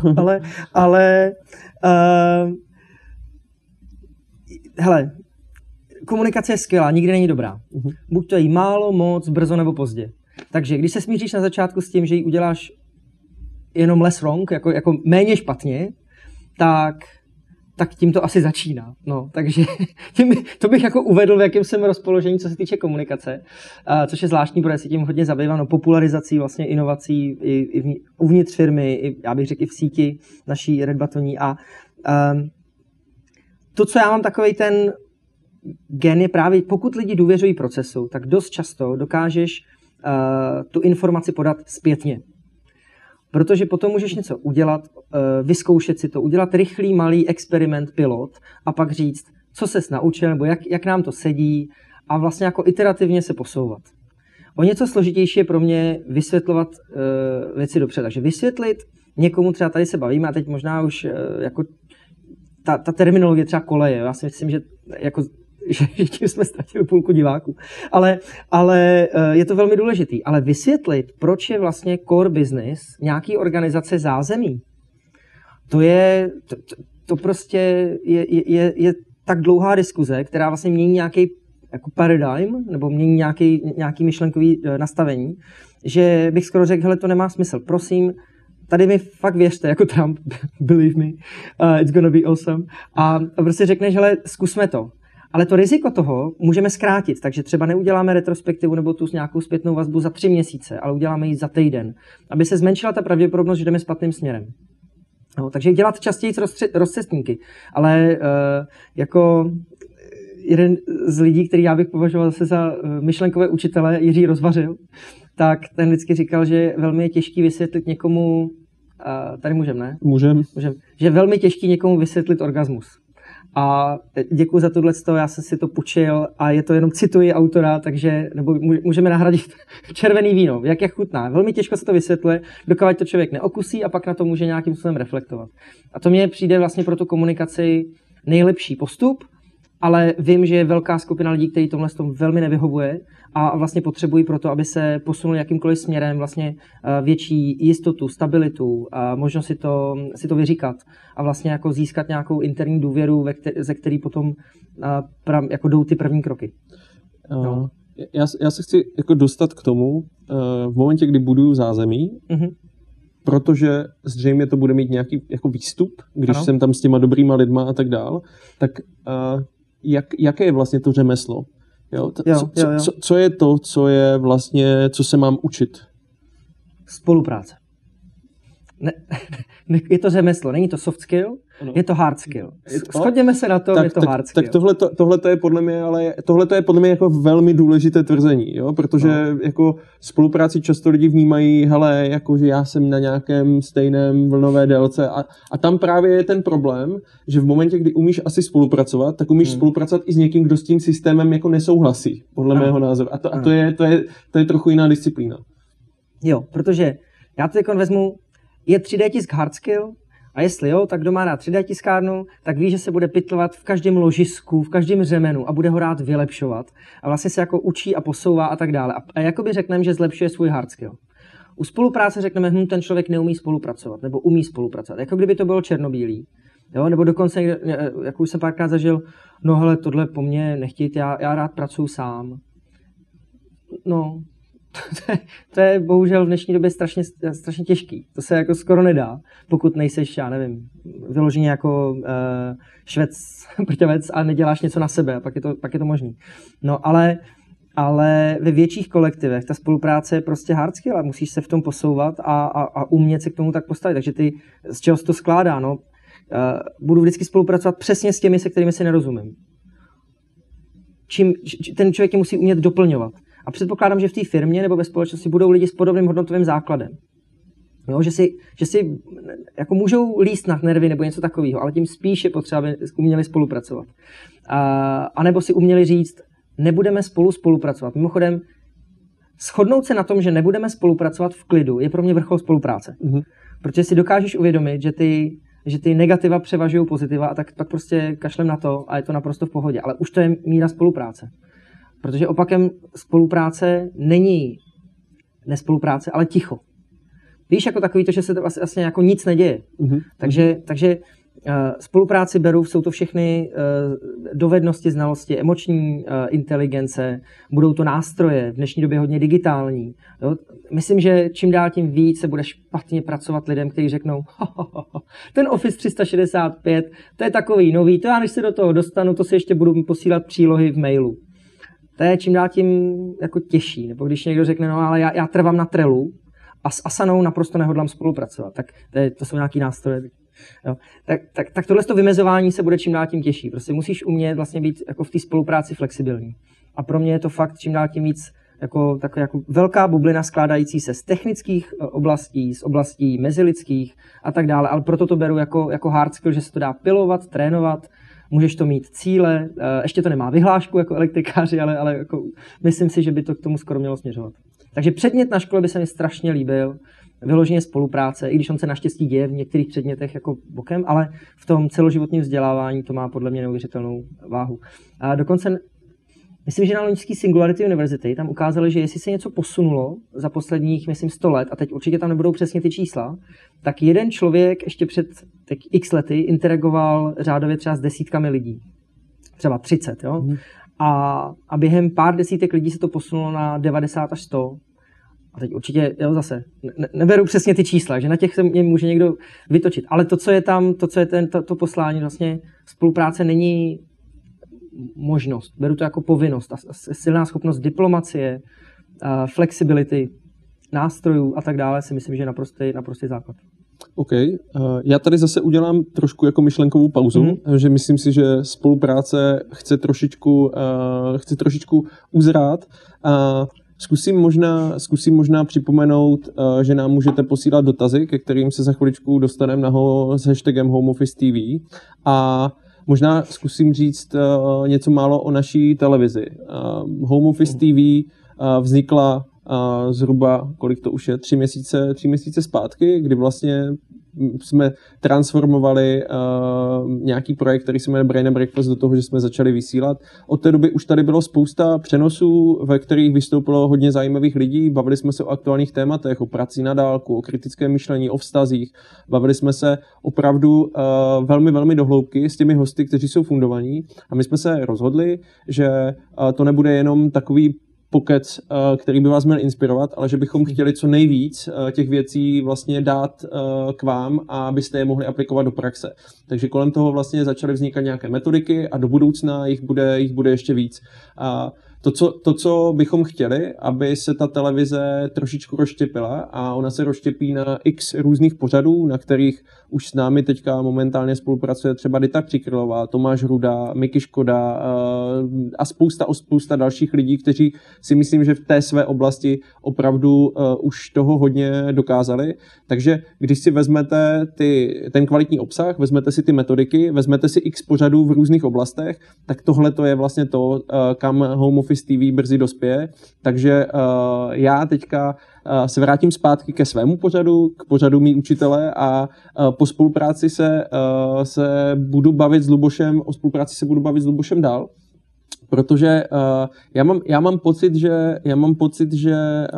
Hele, komunikace je skvělá, nikdy není dobrá. Buď to jí málo, moc, brzo nebo pozdě. Takže když se smíříš na začátku s tím, že ji uděláš jenom less wrong, jako méně špatně, tak tím to asi začíná. No, takže to bych jako uvedl, v jakém jsem rozpoložení, co se týče komunikace, což je zvláštní, protože se tím hodně zabývám, popularizací vlastně inovací i uvnitř firmy, já bych řekl i v síti naší Red Batoní. A to, co já mám takovej ten gen, je právě, pokud lidi důvěřují procesu, tak dost často dokážeš tu informaci podat zpětně. Protože potom můžeš něco udělat, vyzkoušet si to, udělat rychlý, malý experiment, pilot a pak říct, co ses naučil, nebo jak nám to sedí a vlastně jako iterativně se posouvat. O něco složitější je pro mě vysvětlovat věci dopředu. Takže vysvětlit někomu, třeba tady se bavíme a teď možná už jako ta terminologie třeba koleje. Já si myslím, že tím jsme ztratili půlku diváků. Ale je to velmi důležitý. Ale vysvětlit, proč je vlastně core business nějaký organizace zázemí, to prostě je tak dlouhá diskuze, která vlastně mění nějaký jako paradigm, nebo mění nějaký myšlenkový nastavení, že bych skoro řekl, hele, to nemá smysl. Prosím, tady mi fakt věřte, jako Trump, believe me, it's gonna be awesome. A prostě řekneš, hele, zkusme to. Ale to riziko toho můžeme zkrátit, takže třeba neuděláme retrospektivu nebo tu nějakou zpětnou vazbu za 3 měsíce, ale uděláme ji za týden, aby se zmenšila ta pravděpodobnost, že jdeme špatným směrem. No, takže dělat častěji rozcestníky, ale jako jeden z lidí, který já bych považoval zase za myšlenkové učitele, Jiří Rozvařil, tak ten vždycky říkal, že velmi je těžký vysvětlit někomu, tady můžeme, ne? Můžeme. Že je velmi těžký někomu vysvětlit orgasmus. A děkuji za tohleto, já jsem si to půjčil a je to jenom cituji autora, takže nebo můžeme nahradit červený víno, jak chutná. Velmi těžko se to vysvětluje, dokud to člověk neokusí a pak na to může nějakým způsobem reflektovat. A to mně přijde vlastně pro tu komunikaci nejlepší postup, ale vím, že je velká skupina lidí, kteří tomhle velmi nevyhovuje a vlastně potřebují proto, aby se posunuli jakýmkoliv směrem vlastně větší jistotu, stabilitu, a možnost si to vyříkat a vlastně jako získat nějakou interní důvěru, ze který potom jako jdou ty první kroky. No. Já se chci jako dostat k tomu v momentě, kdy buduju zázemí, protože zřejmě to bude mít nějaký jako výstup, když jsem tam s těma dobrýma lidma a tak dál, tak jaké je vlastně to řemeslo? Co je to, co se mám učit? Spolupráce. Je to řemeslo, není to soft skill, je to hard skill. Shodněme se na tom, je to hard skill. Tak tohle je podle mě, jako velmi důležité tvrzení, jo? Protože jako spolupráci často lidi vnímají, hele, jako že já jsem na nějakém stejném vlnové délce a tam právě je ten problém, že v momentě, kdy umíš asi spolupracovat, tak umíš spolupracovat i s někým, kdo s tím systémem jako nesouhlasí, podle mého názoru. A to je trochu jiná disciplína. Jo, protože já teď vezmu, je 3D tisk hard skill a jestli jo, tak kdo má rád 3D tiskárnu, tak ví, že se bude pytlovat v každém ložisku, v každém řemenu a bude ho rád vylepšovat a vlastně se jako učí a posouvá a tak dále. A jakoby řekneme, že zlepšuje svůj hard skill. U spolupráce řekneme, ten člověk neumí spolupracovat nebo umí spolupracovat. Jako kdyby to bylo černobílý. Jo? Nebo dokonce, jak už jsem párkrát zažil, no hele, tohle po mně nechtějte, já rád pracuji sám. No, To je bohužel v dnešní době strašně těžký. To se jako skoro nedá, pokud nejseš, já nevím, vyloženě jako švec, prťavec a neděláš něco na sebe, a pak je to možný. No ale ve větších kolektivech ta spolupráce je prostě hard skill a musíš se v tom posouvat a umět se k tomu tak postavit. Takže z čeho se to skládá? No? Budu vždycky spolupracovat přesně s těmi, se kterými si nerozumím. Ten člověk je musí umět doplňovat. A předpokládám, že v té firmě nebo ve společnosti budou lidi s podobným hodnotovým základem. Jo, že si jako můžou líst na nervy nebo něco takového, ale tím spíš je potřeba, aby uměli spolupracovat. A nebo si uměli říct, nebudeme spolupracovat. Mimochodem, shodnout se na tom, že nebudeme spolupracovat v klidu, je pro mě vrchol spolupráce. Mm-hmm. Protože si dokážeš uvědomit, že ty negativa převažují pozitiva a tak prostě kašlem na to a je to naprosto v pohodě. Ale už to je míra spolupráce. Protože opakem spolupráce není nespolupráce, ale ticho. Víš, jako takový to, že se to vlastně jako nic neděje. Mm-hmm. Takže spolupráci beru, jsou to všechny dovednosti, znalosti, emoční inteligence, budou to nástroje, v dnešní době hodně digitální. Jo? Myslím, že čím dál tím víc se bude špatně pracovat lidem, kteří řeknou, ten Office 365, to je takový nový, to já než se do toho dostanu, to si ještě budu posílat přílohy v mailu. To je čím dál tím jako těžší. Nebo když někdo řekne, no ale já trvám na Trellu a s Asanou naprosto nehodlám spolupracovat, tak to jsou nějaký nástroje. Jo. Tak tohle vymezování se bude čím dál tím těžší. Prostě musíš umět vlastně být jako v té spolupráci flexibilní. A pro mě je to fakt čím dál tím víc jako velká bublina skládající se z technických oblastí, z oblastí mezilidských a tak dále. Ale proto to beru jako hard skill, že se to dá pilovat, trénovat, můžeš to mít cíle, ještě to nemá vyhlášku jako elektrikáři, ale jako myslím si, že by to k tomu skoro mělo směřovat. Takže předmět na škole by se mi strašně líbil, vyloženě spolupráce, i když on se naštěstí děje v některých předmětech jako bokem, ale v tom celoživotním vzdělávání to má podle mě neuvěřitelnou váhu. A dokonce, myslím, že na loňský Singularity University tam ukázali, že jestli se něco posunulo za posledních, myslím, 100 let, a teď určitě tam nebudou přesně ty čísla, tak jeden člověk ještě před x lety interagoval řádově třeba s desítkami lidí. Třeba 30, jo? A během pár desítek lidí se to posunulo na 90 až 100. A teď určitě, jo, zase, neberu přesně ty čísla, že na těch se mě může někdo vytočit. Ale to, co je tam, to poslání, vlastně spolupráce není možnost. Beru to jako povinnost. A silná schopnost diplomacie, flexibility, nástrojů a tak dále si myslím, že je naprostý základ. OK. Já tady zase udělám trošku jako myšlenkovou pauzu, že myslím si, že spolupráce chce trošičku uzrát. Zkusím možná připomenout, že nám můžete posílat dotazy, ke kterým se za chviličku dostaneme s hashtagem HomeOffice.tv a možná zkusím říct něco málo o naší televizi. HomeOffice TV vznikla zhruba, kolik to už je, 3 měsíce zpátky, kdy vlastně jsme transformovali nějaký projekt, který se jmenuje Brain and Breakfast, do toho, že jsme začali vysílat. Od té doby už tady bylo spousta přenosů, ve kterých vystoupilo hodně zajímavých lidí. Bavili jsme se o aktuálních tématech, o práci na dálku, o kritickém myšlení, o vztazích. Bavili jsme se opravdu velmi, velmi dohloubky s těmi hosty, kteří jsou fundovaní. A my jsme se rozhodli, že to nebude jenom takový pokec, který by vás měl inspirovat, ale že bychom chtěli co nejvíc těch věcí vlastně dát k vám a abyste je mohli aplikovat do praxe. Takže kolem toho vlastně začaly vznikat nějaké metodiky a do budoucna jich bude ještě víc. To, co bychom chtěli, aby se ta televize trošičku rozštěpila a ona se rozštěpí na x různých pořadů, na kterých už s námi teďka momentálně spolupracuje třeba Dita Přikrylová, Tomáš Ruda, Miky Škoda a spousta dalších lidí, kteří si myslím, že v té své oblasti opravdu už toho hodně dokázali. Takže když si vezmete ten kvalitní obsah, vezmete si ty metodiky, vezmete si x pořadů v různých oblastech, tak tohle to je vlastně to, kam Home Office TV brzy dospěje. Takže já teďka se vrátím zpátky ke svému pořadu, k pořadu mý učitele a po spolupráci se budu bavit s Lubošem dál, protože já mám pocit, že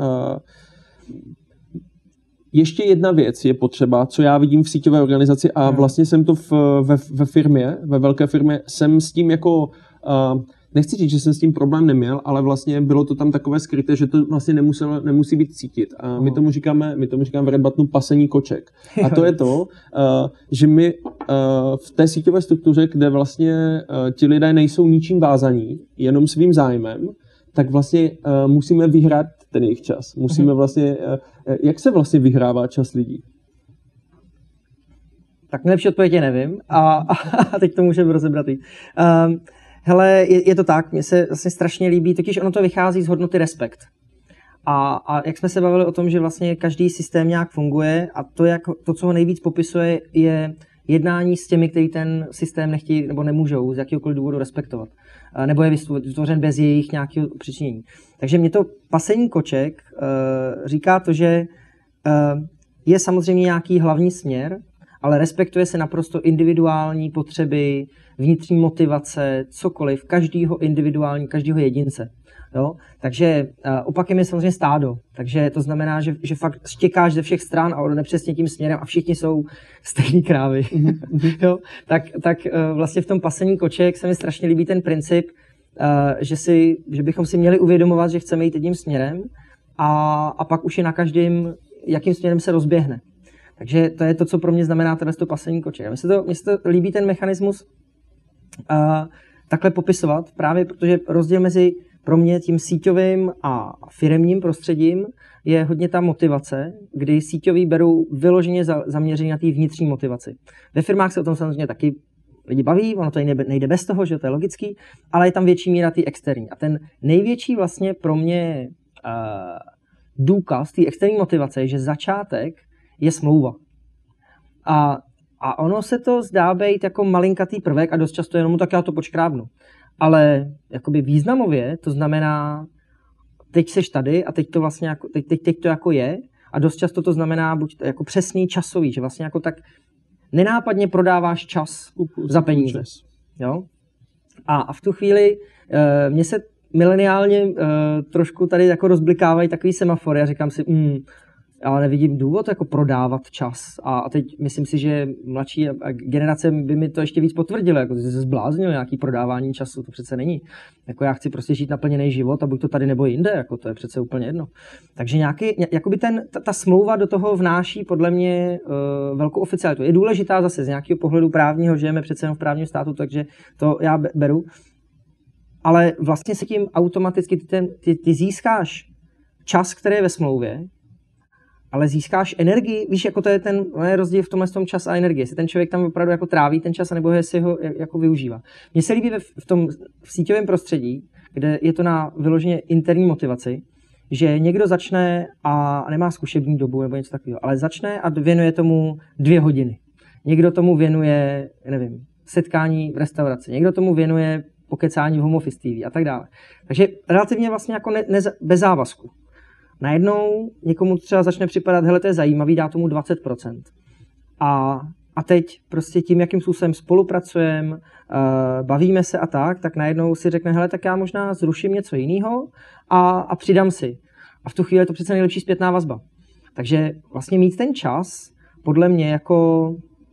ještě jedna věc je potřeba, co já vidím v síťové organizaci a vlastně jsem to ve firmě, ve velké firmě, jsem s tím jako nechci říct, že jsem s tím problém neměl, ale vlastně bylo to tam takové skryté, že to vlastně nemusí být cítit. A my tomu říkáme v Red Buttonu pasení koček. A to je to, že my v té síťové struktuře, kde vlastně ti lidé nejsou ničím vázaní, jenom svým zájmem, tak vlastně musíme vyhrát ten jejich čas. Musíme vlastně, jak se vlastně vyhrává čas lidí? Tak nejlepší odpověď nevím a teď to můžeme rozebrat. Hele, je to tak, mně se vlastně strašně líbí, totiž ono to vychází z hodnoty respekt. A jak jsme se bavili o tom, že vlastně každý systém nějak funguje a to, co ho nejvíc popisuje, je jednání s těmi, kteří ten systém nechtějí nebo nemůžou z jakéhokoliv důvodu respektovat. Nebo je vytvořen bez jejich nějakého přičinění. Takže mě to pasení koček říká to, že je samozřejmě nějaký hlavní směr, ale respektuje se naprosto individuální potřeby, vnitřní motivace, cokoliv, každého jedince. Jo? Takže opakem je samozřejmě stádo. Takže to znamená, že fakt štěkáš ze všech stran a jde přesně tím směrem a všichni jsou stejný krávy. Jo? Tak vlastně v tom pasení koček se mi strašně líbí ten princip, že bychom si měli uvědomovat, že chceme jít jedním směrem a pak už je na každém, jakým směrem se rozběhne. Takže to je to, co pro mě znamená to pasení koček. Mně se to líbí ten mechanismus takhle popisovat, právě protože rozdíl mezi pro mě tím síťovým a firemním prostředím je hodně ta motivace, kdy síťoví berou vyloženě zaměření na té vnitřní motivaci. Ve firmách se o tom samozřejmě taky lidi baví, ono to nejde bez toho, že to je logický, ale je tam větší míra té externí. A ten největší vlastně pro mě důkaz té externí motivace je, že začátek je smlouva. A ono se to zdá být jako malinkatý prvek a dost často jenom tak já to počkrábnu. Ale jakoby významově to znamená, teď seš tady a teď to vlastně jako, teď to jako je a dost často to znamená buď jako přesný časový, že vlastně jako tak nenápadně prodáváš čas za peníze. Jo? A v tu chvíli mě se mileniálně trošku tady jako rozblikávají takový semafory a říkám si, ale nevidím důvod jako prodávat čas. A teď myslím si, že mladší generace by mi to ještě víc potvrdila, jako jsi se zbláznil nějaký prodávání času, to přece není. Jako já chci prostě žít naplněný život a buď to tady nebo jinde, jako to je přece úplně jedno. Takže jakoby ta smlouva do toho vnáší podle mě velkou oficialitu. Je důležitá zase z nějakého pohledu právního, žijeme přece jenom v právním státu, takže to já beru. Ale vlastně se tím automaticky ty získáš čas, který je ve smlouvě, ale získáš energii, víš, jako to je ten rozdíl v tomhle tom čas a energie. Jestli ten člověk tam opravdu jako tráví ten čas, nebo jestli ho jako využívá. Mně se líbí v síťovém prostředí, kde je to na vyloženě interní motivaci, že někdo začne a nemá zkušební dobu nebo něco takového, ale začne a věnuje tomu 2 hodiny. Někdo tomu věnuje, nevím, setkání v restauraci, někdo tomu věnuje pokecání v home office TV a tak dále. Takže relativně vlastně jako bez závazku. Najednou někomu třeba začne připadat, hele, to je zajímavý, dá tomu 20%. A teď prostě tím, jakým způsobem spolupracujeme, bavíme se a tak najednou si řekne, hele, tak já možná zruším něco jiného a přidám si. A v tu chvíli je to přece nejlepší zpětná vazba. Takže vlastně mít ten čas, podle mě jako...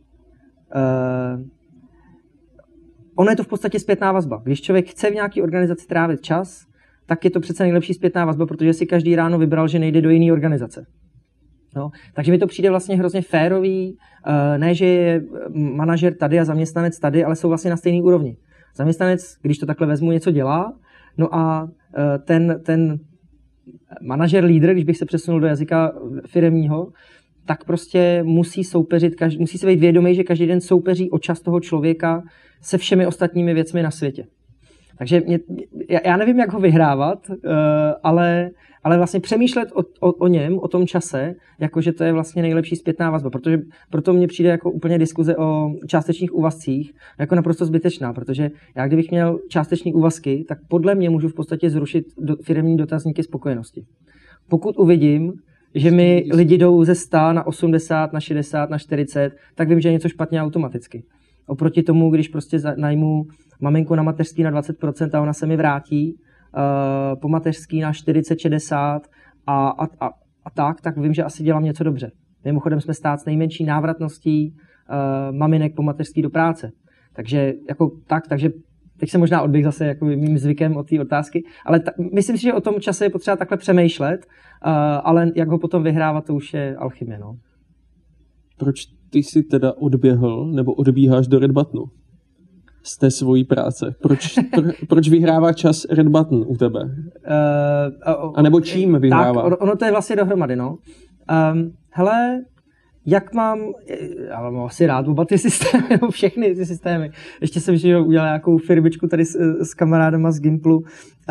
ono je to v podstatě zpětná vazba. Když člověk chce v nějaké organizaci trávit čas, tak je to přece nejlepší zpětná vazba, protože si každý ráno vybral, že nejde do jiné organizace. No, takže mi to přijde vlastně hrozně férový, ne, že je manažer tady a zaměstnanec tady, ale jsou vlastně na stejné úrovni. Zaměstnanec, když to takhle vezmu, něco dělá, no a ten manažer, lídr, když bych se přesunul do jazyka firemního, tak prostě musí soupeřit, musí se být vědomý, že každý den soupeří o čas toho člověka se všemi ostatními věcmi na světě. Takže já nevím, jak ho vyhrávat, ale vlastně přemýšlet o něm, o tom čase, jakože to je vlastně nejlepší zpětná vazba, protože proto mně přijde jako úplně diskuze o částečných úvazcích jako naprosto zbytečná, protože já kdybych měl částeční úvazky, tak podle mě můžu v podstatě zrušit firemní dotazníky spokojenosti. Pokud uvidím, že mi lidi jdou ze 100 na 80, na 60, na 40, tak vím, že je něco špatně automaticky. Oproti tomu, když prostě najmu maminku na mateřský na 20% a ona se mi vrátí po mateřský na 40-60 tak vím, že asi dělám něco dobře. Mimochodem jsme stát s nejmenší návratností maminek po mateřský do práce. Takže teď se možná odběh zase jako mým zvykem od té otázky, ale myslím si, že o tom čase je potřeba takhle přemýšlet, ale jak ho potom vyhrávat, to už je alchymie, no. Proč ty jsi teda odběhl nebo odbíháš do Red Buttonu z té svojí práce? Proč vyhrává čas Red Button u tebe? A nebo čím vyhrává? Tak, ono to je vlastně dohromady, no. Hele, jak já mám asi rád oba ty systémy, nebo všechny ty systémy. Ještě jsem udělal nějakou firmičku tady s kamarádama z Gimplu.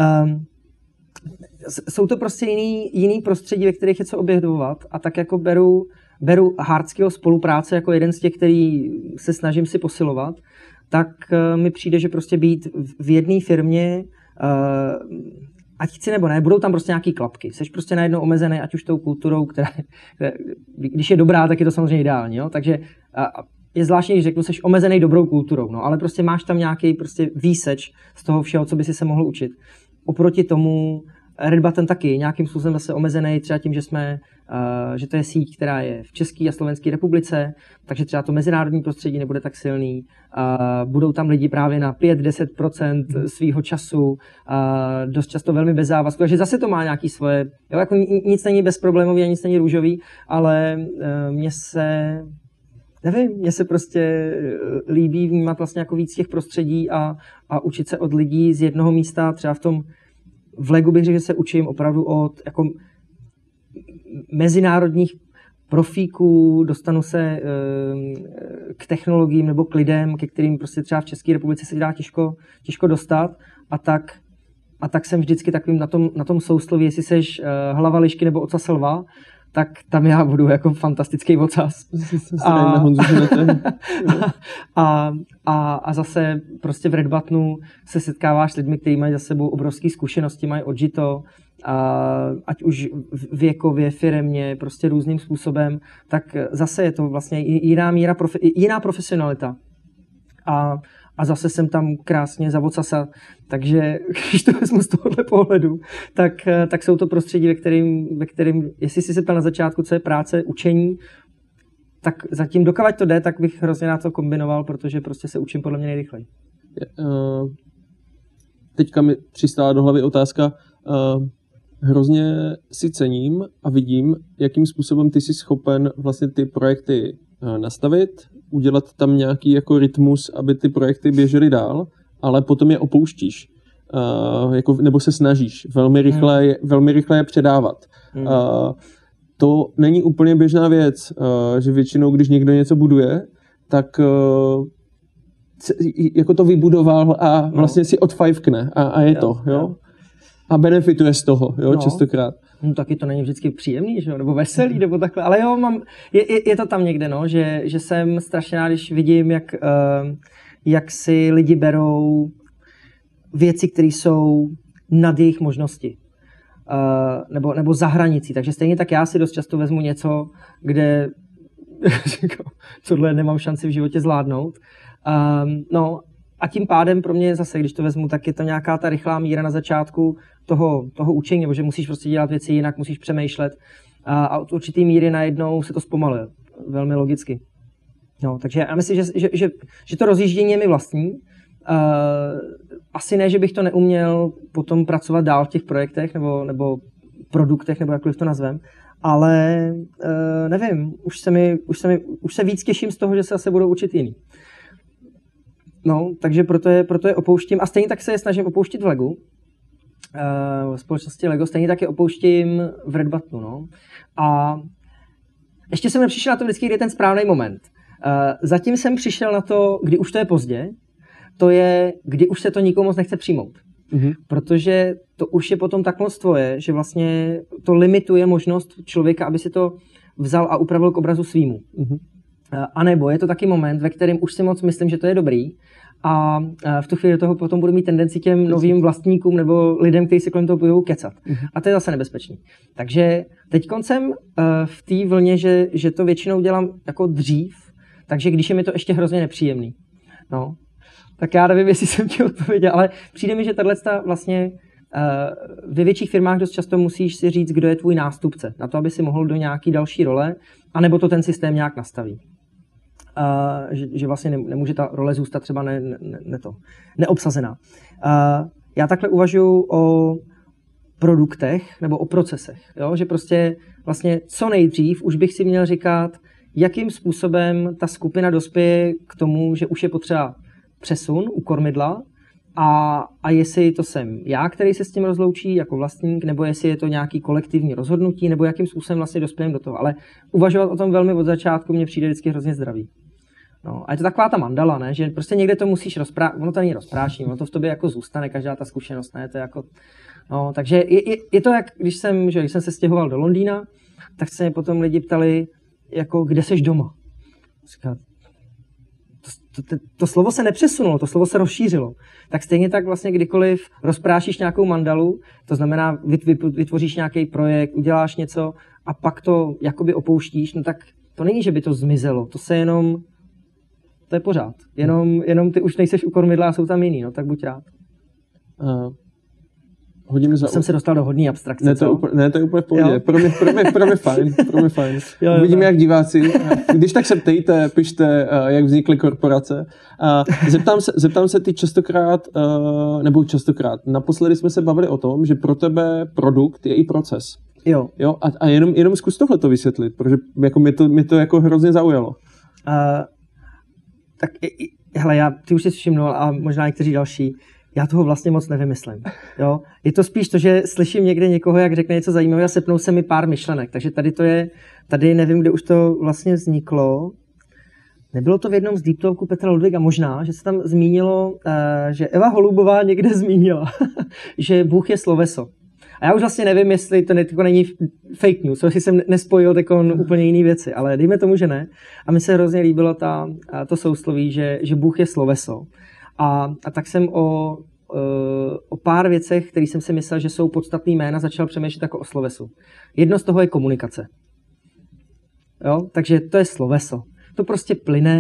Jsou to prostě jiný prostředí, ve kterých je co objevovat, a tak jako beru Hardskill's spolupráce jako jeden z těch, který se snažím si posilovat, tak mi přijde, že prostě být v jedné firmě, ať chci nebo ne, budou tam prostě nějaký klapky. Seš prostě najednou omezený, ať už tou kulturou, která když je dobrá, tak je to samozřejmě ideální, jo? Takže je zvláštní, když řeknu, seš omezený dobrou kulturou, no, ale prostě máš tam nějaký prostě výseč z toho všeho, co by si se mohl učit. Oproti tomu Red Button taky nějakým způsobem zase omezený, třeba tím, že to je síť, která je v České a Slovenské republice, takže třeba to mezinárodní prostředí nebude tak silný. Budou tam lidi právě na 5-10% svýho času, dost často velmi bez závazku, takže zase to má nějaký svoje, jo, jako nic není bezproblémový a nic není růžový, ale mně se prostě líbí vnímat vlastně jako víc těch prostředí a učit se od lidí z jednoho místa, třeba v Legu bych řekl, že se učím opravdu od jako mezinárodních profíků, dostanu se k technologiím nebo k lidem, ke kterým prostě třeba v České republice se dá těžko dostat, a tak jsem vždycky takovým na tom sousloví, jestli seš hlava lišky nebo ocas lva, tak tam já budu jako fantastický ocas. A zase prostě v Red Buttonu se setkáváš s lidmi, kteří mají za sebou obrovské zkušenosti, mají odžito, ať už věkově, firemně, prostě různým způsobem, tak zase je to vlastně jiná profesionalita. A zase jsem tam krásně za ocasa, takže když to vezmu z tohohle pohledu, tak jsou to prostředí, ve kterým, jestli jsi se ptal na začátku, co je práce, učení, tak zatím dokavať to jde, tak bych hrozně na to kombinoval, protože prostě se učím podle mě nejrychleji. Teďka mi přistála do hlavy otázka, hrozně si cením a vidím, jakým způsobem ty jsi schopen vlastně ty projekty nastavit, udělat tam nějaký jako rytmus, aby ty projekty běžely dál, ale potom je opouštíš. Nebo se snažíš velmi rychle je předávat. To není úplně běžná věc, že většinou, když někdo něco buduje, tak jako to vybudoval a vlastně si odfajfkne a je to, jo? A benefituje z toho, jo, častokrát. No taky to není vždycky příjemný, že jo, nebo veselý, nebo takhle, ale jo, je to tam někde, no, že jsem strašně rád, když vidím, jak si lidi berou věci, které jsou nad jejich možnosti, nebo za hranicí, takže stejně tak já si dost často vezmu něco, kde tohle nemám šanci v životě zvládnout, no, a tím pádem pro mě zase, když to vezmu, tak je to nějaká ta rychlá míra na začátku toho učení, nebo že musíš prostě dělat věci jinak, musíš přemýšlet a od určitý míry najednou se to zpomaluje, velmi logicky. No, takže já myslím, že to rozjíždění je mi vlastní. Asi ne, že bych to neuměl potom pracovat dál v těch projektech nebo produktech, nebo jakkoliv to nazvem, ale nevím, už se víc těším z toho, že se zase budou učit jiný. No, takže proto je opouštím a stejně tak se je snažím opouštět v Legu, v společnosti Lego, stejně tak je opouštím v Red Buttonu, no. A ještě jsem nepřišel na to vždycky, kdy je ten správný moment. Zatím jsem přišel na to, kdy už to je pozdě, to je, kdy už se to nikomu moc nechce přijmout. Protože to už je potom tak moc tvoje, že vlastně to limituje možnost člověka, aby si to vzal a upravil k obrazu svýmu. A nebo je to taky moment, ve kterém už si moc myslím, že to je dobrý a v tu chvíli do toho potom budu mít tendenci těm novým vlastníkům nebo lidem, kteří se kolem toho budou kecat. A to je zase nebezpečný. Takže teď jsem v té vlně, že to většinou dělám jako dřív, takže když je mi to ještě hrozně nepříjemný. No, tak já nevím, jestli jsem ti odpověděl, ale přijde mi, že tato vlastně ve větších firmách dost často musíš si říct, kdo je tvůj nástupce, na to, aby si mohl do nějaký další role, anebo to ten systém nějak nastaví. že vlastně nemůže ta role zůstat třeba neobsazená. Já takhle uvažuji o produktech nebo o procesech, jo? Že prostě vlastně co nejdřív už bych si měl říkat, jakým způsobem ta skupina dospěje k tomu, že už je potřeba přesun u kormidla a jestli to jsem já, který se s tím rozloučí jako vlastník, nebo jestli je to nějaký kolektivní rozhodnutí, nebo jakým způsobem vlastně dospějeme do toho. Ale uvažovat o tom velmi od začátku mně přijde vždycky hrozně zdravý. No, a je to taková ta mandala, ne? Že prostě někde to musíš ono to není rozprášení, ono to v tobě jako zůstane, každá ta zkušenost, ne? To je jako, no, takže je to jak, když jsem se stěhoval do Londýna, tak se mě potom lidi ptali, jako, kde seš doma? Říkám, to slovo se nepřesunulo, to slovo se rozšířilo. Tak stejně tak vlastně kdykoliv rozprášíš nějakou mandalu, to znamená vytvoříš nějaký projekt, uděláš něco a pak to jakoby opouštíš, no tak to není, že by to zmizelo, to je pořád. Jenom ty už nejseš u kormidla a jsou tam jiný, no tak buď rád. Jsem se dostal do hodný abstrakce, to je úplně v pohodě. Pro mě fajn. Uvidíme, jak diváci. Když tak se ptejte, pište, jak vznikly korporace. Zeptám se ty častokrát, naposledy jsme se bavili o tom, že pro tebe produkt je i proces. Jo. A jenom zkus tohleto vysvětlit, protože jako mě to jako hrozně zaujalo. Tak hele, ty už jsi všimnul a možná někteří další, já toho vlastně moc nevymyslím. Jo? Je to spíš to, že slyším někde někoho, jak řekne něco zajímavého a sepnou se mi pár myšlenek. Takže tady nevím, kde už to vlastně vzniklo. Nebylo to v jednom z Deep Talku Petra Ludwiga možná, že se tam zmínilo, že Eva Holubová někde zmínila, že Bůh je sloveso. A já už vlastně nevím, jestli to není fake news, jestli jsem nespojil úplně jiné věci, ale dejme tomu, že ne. A mi se hrozně líbilo to sousloví, že Bůh je sloveso. A tak jsem o pár věcech, které jsem si myslel, že jsou podstatný jména, začal přemýšlet jako o slovesu. Jedno z toho je komunikace. Jo? Takže to je sloveso. To prostě plyne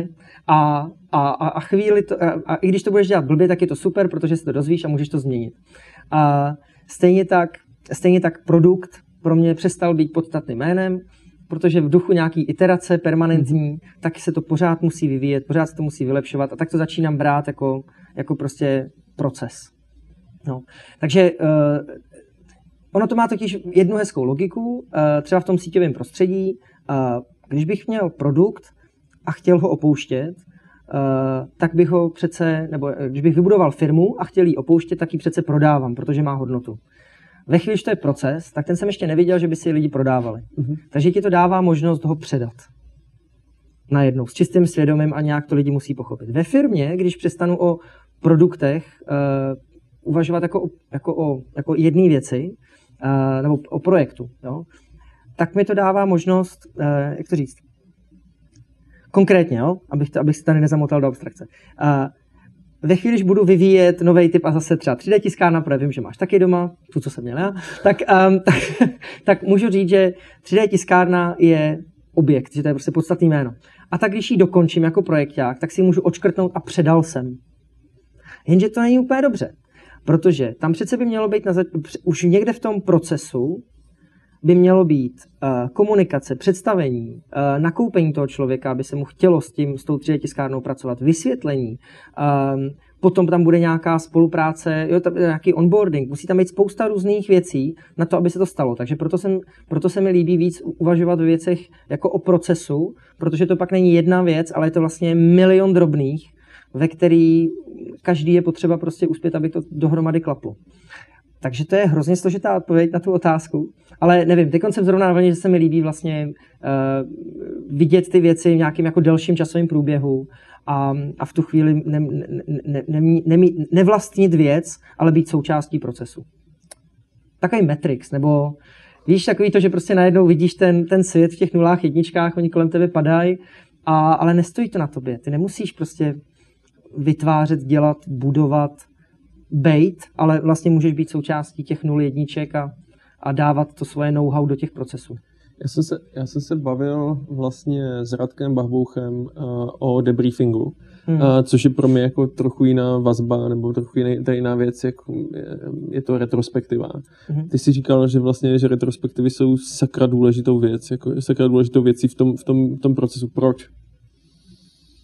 a chvíli a i když to budeš dělat blbě, tak je to super, protože se to dozvíš a můžeš to změnit. A stejně tak produkt pro mě přestal být podstatným jménem, protože v duchu nějaký iterace permanentní, tak se to pořád musí vyvíjet, pořád se to musí vylepšovat a tak to začínám brát jako prostě proces. No. Takže ono to má totiž jednu hezkou logiku, třeba v tom síťovém prostředí, když bych měl produkt a chtěl ho opouštět, tak bych ho přece, nebo když bych vybudoval firmu a chtěl ji opouštět, tak ji přece prodávám, protože má hodnotu. Ve chvíli, že to je proces, tak ten jsem ještě neviděl, že by si lidi prodávali. Takže ti to dává možnost ho předat. Najednou, s čistým svědomím a nějak to lidi musí pochopit. Ve firmě, když přestanu o produktech uvažovat jako jedné věci, nebo o projektu, jo, tak mi to dává možnost, jak to říct, konkrétně, jo, abych se tady nezamotal do abstrakce. Ve chvíli, když budu vyvíjet nový typ a zase třeba 3D tiskárna, protože vím, že máš taky doma, tu, co jsem měl já, tak můžu říct, že 3D tiskárna je objekt, že to je prostě podstatný jméno. A tak když ji dokončím jako projekták, tak si ji můžu odškrtnout a předal jsem. Jenže to není úplně dobře, protože tam přece by mělo být už někde v tom procesu by mělo být komunikace, představení, nakoupení toho člověka, aby se mu chtělo s tou 3D tiskárnou pracovat, vysvětlení, potom tam bude nějaká spolupráce, nějaký onboarding, musí tam být spousta různých věcí na to, aby se to stalo. Takže proto se mi líbí víc uvažovat ve věcech jako o procesu, protože to pak není jedna věc, ale je to vlastně milion drobných, ve který každý je potřeba prostě uspět, aby to dohromady klaplo. Takže to je hrozně složitá odpověď na tu otázku, ale nevím, teď jsem zrovna na vlně, že se mi líbí vlastně vidět ty věci v nějakým jako delším časovém průběhu a v tu chvíli nevlastnit věc, ale být součástí procesu. Takový Matrix, nebo víš, takový to, že prostě najednou vidíš ten svět v těch nulách, jedničkách, oni kolem tebe padají, ale nestojí to na tobě. Ty nemusíš prostě vytvářet, dělat, budovat, bejt, ale vlastně můžeš být součástí těch 0 jedniček a dávat to svoje know-how do těch procesů. Já jsem se bavil vlastně s Radkem Bahbouchem o debriefingu, což je pro mě jako trochu jiná vazba, nebo trochu jiná věc, jako je to retrospektiva. Ty jsi říkal, že vlastně že retrospektivy jsou sakra důležitou věcí v tom procesu. Proč?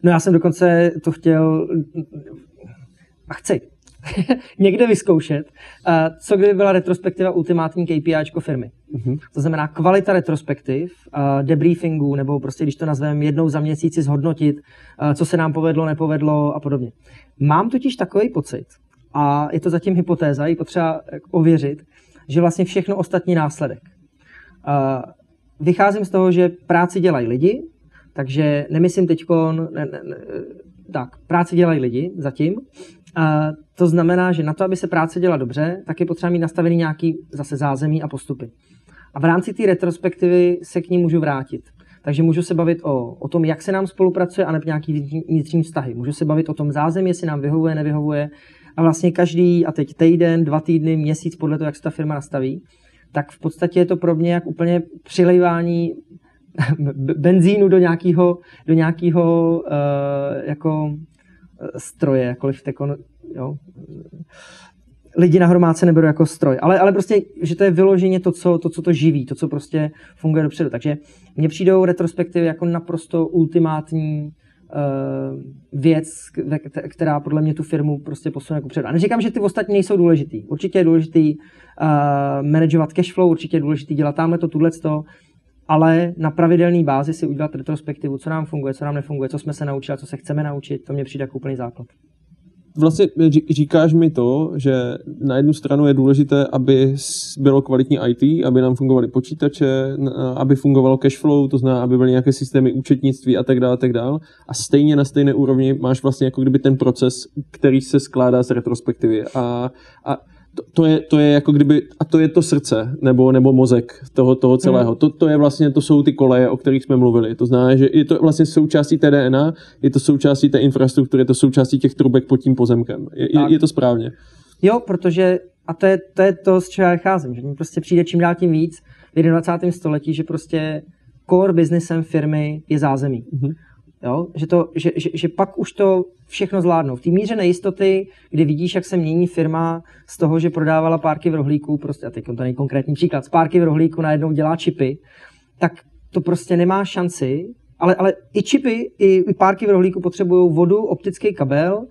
No já jsem dokonce to chtěl a chci někde vyzkoušet, co kdyby byla retrospektiva ultimátní KPIčko firmy. To znamená kvalita retrospektiv, debriefingu, nebo prostě, když to nazveme, jednou za měsíc si zhodnotit, co se nám povedlo, nepovedlo a podobně. Mám totiž takový pocit, a je to zatím hypotéza, je potřeba ověřit, že vlastně všechno ostatní následek. Vycházím z toho, že práci dělají lidi, takže nemyslím teďkon, tak, práci dělají lidi zatím. To znamená, že na to, aby se práce dělala dobře, tak je potřeba mít nastavený nějaký zase zázemí a postupy. A v rámci té retrospektivy se k ní můžu vrátit. Takže můžu se bavit o tom, jak se nám spolupracuje, anebo nějaký vnitřní vztahy. Můžu se bavit o tom zázemí, jestli nám vyhovuje, nevyhovuje. A vlastně každý, a teď týden, 2 týdny, měsíc, podle toho, jak se ta firma nastaví, tak v podstatě je to pro mě jak úplně přilejvání benzínu do nějakého jako stroje, jakkoliv jo. Lidi na hromádce neberou jako stroj, ale prostě, že to je vyloženě to, co to živí, to, co prostě funguje dopředu. Takže mně přijdou retrospektivy jako naprosto ultimátní věc, která podle mě tu firmu prostě posune jako předu. A neříkám, že ty ostatní nejsou důležitý. Určitě je důležitý manažovat cashflow, určitě je důležitý dělat tamhleto, tuhleto, ale na pravidelné bázi si udělat retrospektivu, co nám funguje, co nám nefunguje, co jsme se naučili, co se chceme naučit, to mě přijde jako úplný základ. Vlastně říkáš mi to, že na jednu stranu je důležité, aby bylo kvalitní IT, aby nám fungovaly počítače, aby fungovalo cashflow, to znamená, aby byly nějaké systémy účetnictví a tak dále. A stejně na stejné úrovni máš vlastně jako kdyby ten proces, který se skládá z retrospektivy. A to je jako kdyby, a to je to srdce, nebo mozek toho celého. To je vlastně, to jsou ty koleje, o kterých jsme mluvili. To znamená, že je to vlastně součástí té DNA, je to součástí té infrastruktury, je to součástí těch trubek pod tím pozemkem. Je to správně? Jo, protože, a to je to, z čeho já vycházím, že mi prostě přijde čím dál tím víc v 21. století, že prostě core businessem firmy je zázemí. Jo? Že pak už to všechno zvládnou. V té míře nejistoty, kdy vidíš, jak se mění firma z toho, že prodávala párky v rohlíku, prostě, a teď to není konkrétní příklad, z párky v rohlíku najednou dělá čipy, tak to prostě nemá šanci, ale i čipy, i párky v rohlíku potřebují vodu, optický kabel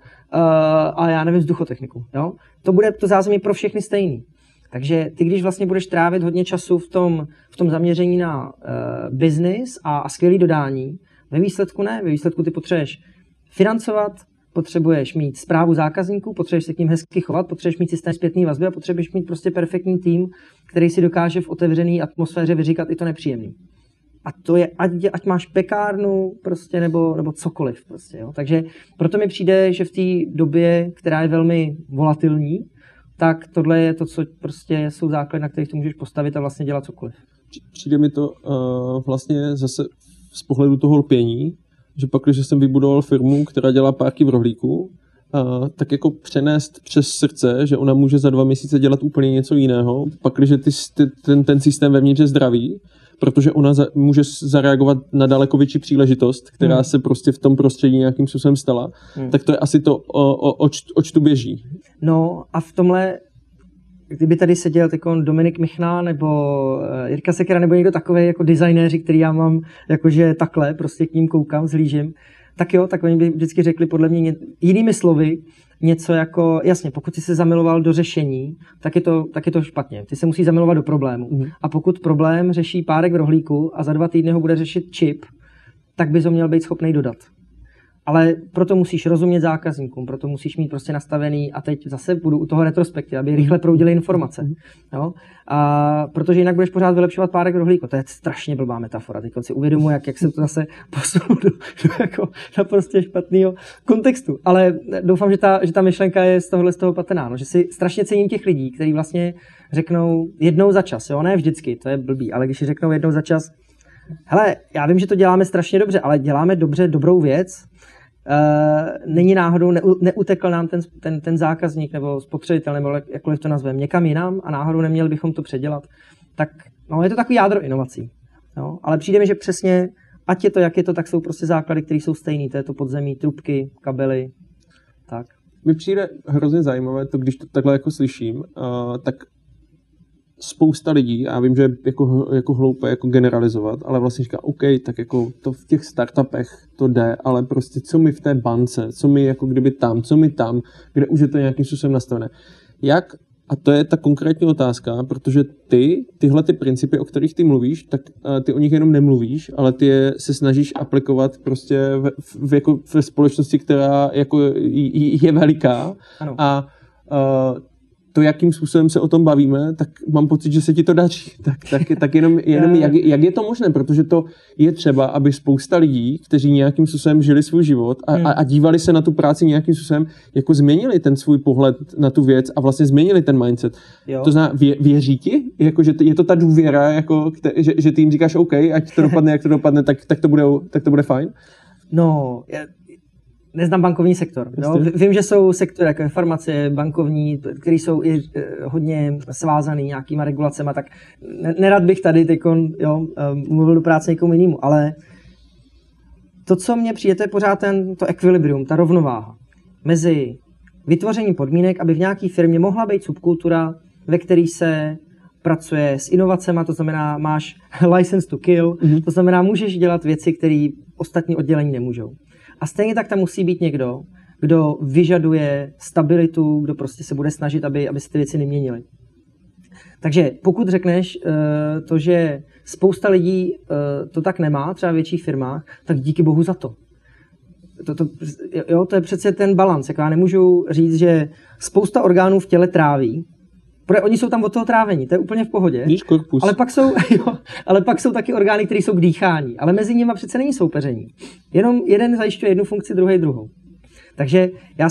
a já nevím, vzduchotechniku. Jo? To bude to zázemí pro všechny stejný. Takže ty, když vlastně budeš trávit hodně času v tom zaměření na business a skvělý dodání, ve výsledku ne, ve výsledku ty potřebuješ financovat, potřebuješ mít správu zákazníků, potřebuješ se k ním hezky chovat, potřebuješ mít systém zpětné vazby a potřebuješ mít prostě perfektní tým, který si dokáže v otevřené atmosféře vyříkat i to nepříjemné. A to je, ať máš pekárnu prostě, nebo cokoliv. Prostě, jo. Takže proto mi přijde, že v té době, která je velmi volatilní, tak tohle je to, co prostě jsou základy, na kterých to můžeš postavit a vlastně dělat cokoliv. Přijde mi to vlastně zase z pohledu toho lpění, že pak, když jsem vybudoval firmu, která dělá párky v rohlíku, tak jako přenést přes srdce, že ona může za 2 měsíce dělat úplně něco jiného, pak, když ten systém vevnitř je zdravý, protože ona může zareagovat na daleko větší příležitost, která se prostě v tom prostředí nějakým způsobem stala, tak to je asi to, oč tu běží. No a v tomhle, kdyby tady seděl Dominik Michna nebo Jirka Sekera nebo někdo takový jako designéři, který já mám jakože takhle, prostě k ním koukám, zhlížím, tak jo, tak oni by vždycky řekli podle mě jinými slovy něco jako, jasně, pokud jsi se zamiloval do řešení, tak je to špatně. Ty se musíš zamilovat do problému. A pokud problém řeší párek v rohlíku a za 2 týdny ho bude řešit čip, tak bys ho měl být schopný dodat. Ale proto musíš rozumět zákazníkům, proto musíš mít prostě nastavený, a teď zase budu u toho retrospektivy, aby rychle proudily informace. Jo? A protože jinak budeš pořád vylepšovat párek rohlíku. To je strašně blbá metafora. Teď si uvědomuji, jak se to zase posunu do jako naprosto špatného kontextu. Ale doufám, že ta myšlenka je z toho patrná. No? Že si strašně cením těch lidí, kteří vlastně řeknou jednou za čas. Jo? Ne vždycky, to je blbý, ale když si řeknou jednou za čas, hele, já vím, že to děláme strašně dobře, ale děláme dobře dobrou věc. Není náhodou, neutekl nám ten zákazník nebo spotřebitel, nebo jakkoliv to nazveme, někam jinam a náhodou neměli bychom to předělat. Tak no, je to takový jádro inovací. No, ale přijde mi, že přesně, ať je to, jak je to, tak jsou prostě základy, které jsou stejný. To je to podzemí, trubky, kabely, tak. Mi přijde hrozně zajímavé to, když to takhle jako slyším, tak spousta lidí, já vím, že jako hloupé jako generalizovat, ale vlastně říká, OK, tak jako to v těch startupech to jde, ale prostě co my v té bance, co my jako kdyby tam, co my tam, kde už je to nějakým způsobem nastavené. Jak, a to je ta konkrétní otázka, protože tyhle ty principy, o kterých ty mluvíš, tak ty o nich jenom nemluvíš, ale ty je se snažíš aplikovat prostě jako ve společnosti, která jako je veliká. Ano. A to, jakým způsobem se o tom bavíme, tak mám pocit, že se ti to daří. Tak jenom jak je to možné, protože to je třeba, aby spousta lidí, kteří nějakým způsobem žili svůj život a dívali se na tu práci nějakým způsobem, jako změnili ten svůj pohled na tu věc a vlastně změnili ten mindset. Jo. To znamená, věří ti? Jako, že je to ta důvěra, jako, že ty jim říkáš OK, ať to dopadne, jak to dopadne, tak to bude fajn? No, neznám bankovní sektor. No. Vím, že jsou sektory jako farmacie, bankovní, které jsou i hodně svázaný nějakýma regulacema, tak nerad bych tady mluvil do práce někomu jinému, ale to, co mně přijde, to je pořád to ekvilibrium, ta rovnováha mezi vytvořením podmínek, aby v nějaké firmě mohla být subkultura, ve které se pracuje s inovacemi, to znamená, máš license to kill, to znamená, můžeš dělat věci, které ostatní oddělení nemůžou. A stejně tak tam musí být někdo, kdo vyžaduje stabilitu, kdo prostě se bude snažit, aby se ty věci neměnily. Takže pokud řekneš to, že spousta lidí to tak nemá, třeba v větších firmách, tak díky bohu za to. To je přece ten balans. Jako já nemůžu říct, že spousta orgánů v těle tráví, protože oni jsou tam od toho trávení, to je úplně v pohodě. Ale pak jsou taky orgány, které jsou k dýchání, ale mezi nimi přece není soupeření. Jenom jeden zajišťuje jednu funkci, druhý druhou. Takže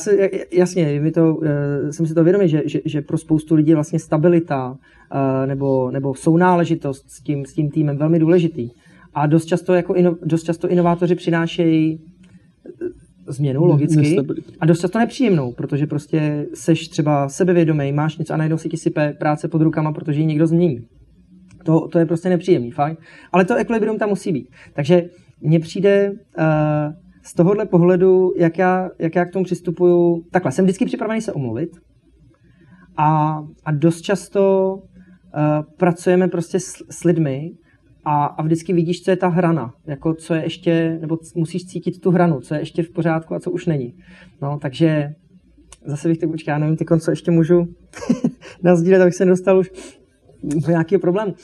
jsem si to vědomý, že pro spoustu lidí je vlastně stabilita nebo sounáležitost s tím týmem velmi důležitý. A dost často inovátoři přinášejí změnu, logicky, a dost často nepříjemnou, protože prostě seš třeba sebevědomý, máš něco a najednou si ti sype práce pod rukama, protože ji někdo změní. To je prostě nepříjemný, fajn. Ale to ekvilibrium tam musí být. Takže mně přijde z tohohle pohledu, jak já k tomu přistupuju, takhle, jsem vždycky připravený se omluvit a dost často pracujeme prostě s lidmi, a vždycky vidíš, co je ta hrana, jako co je ještě, nebo musíš cítit tu hranu, co je ještě v pořádku a co už není. No, takže zase bych tak počkal, já nevím, co ještě můžu nazdílet, abych se nedostal už do nějakého problému.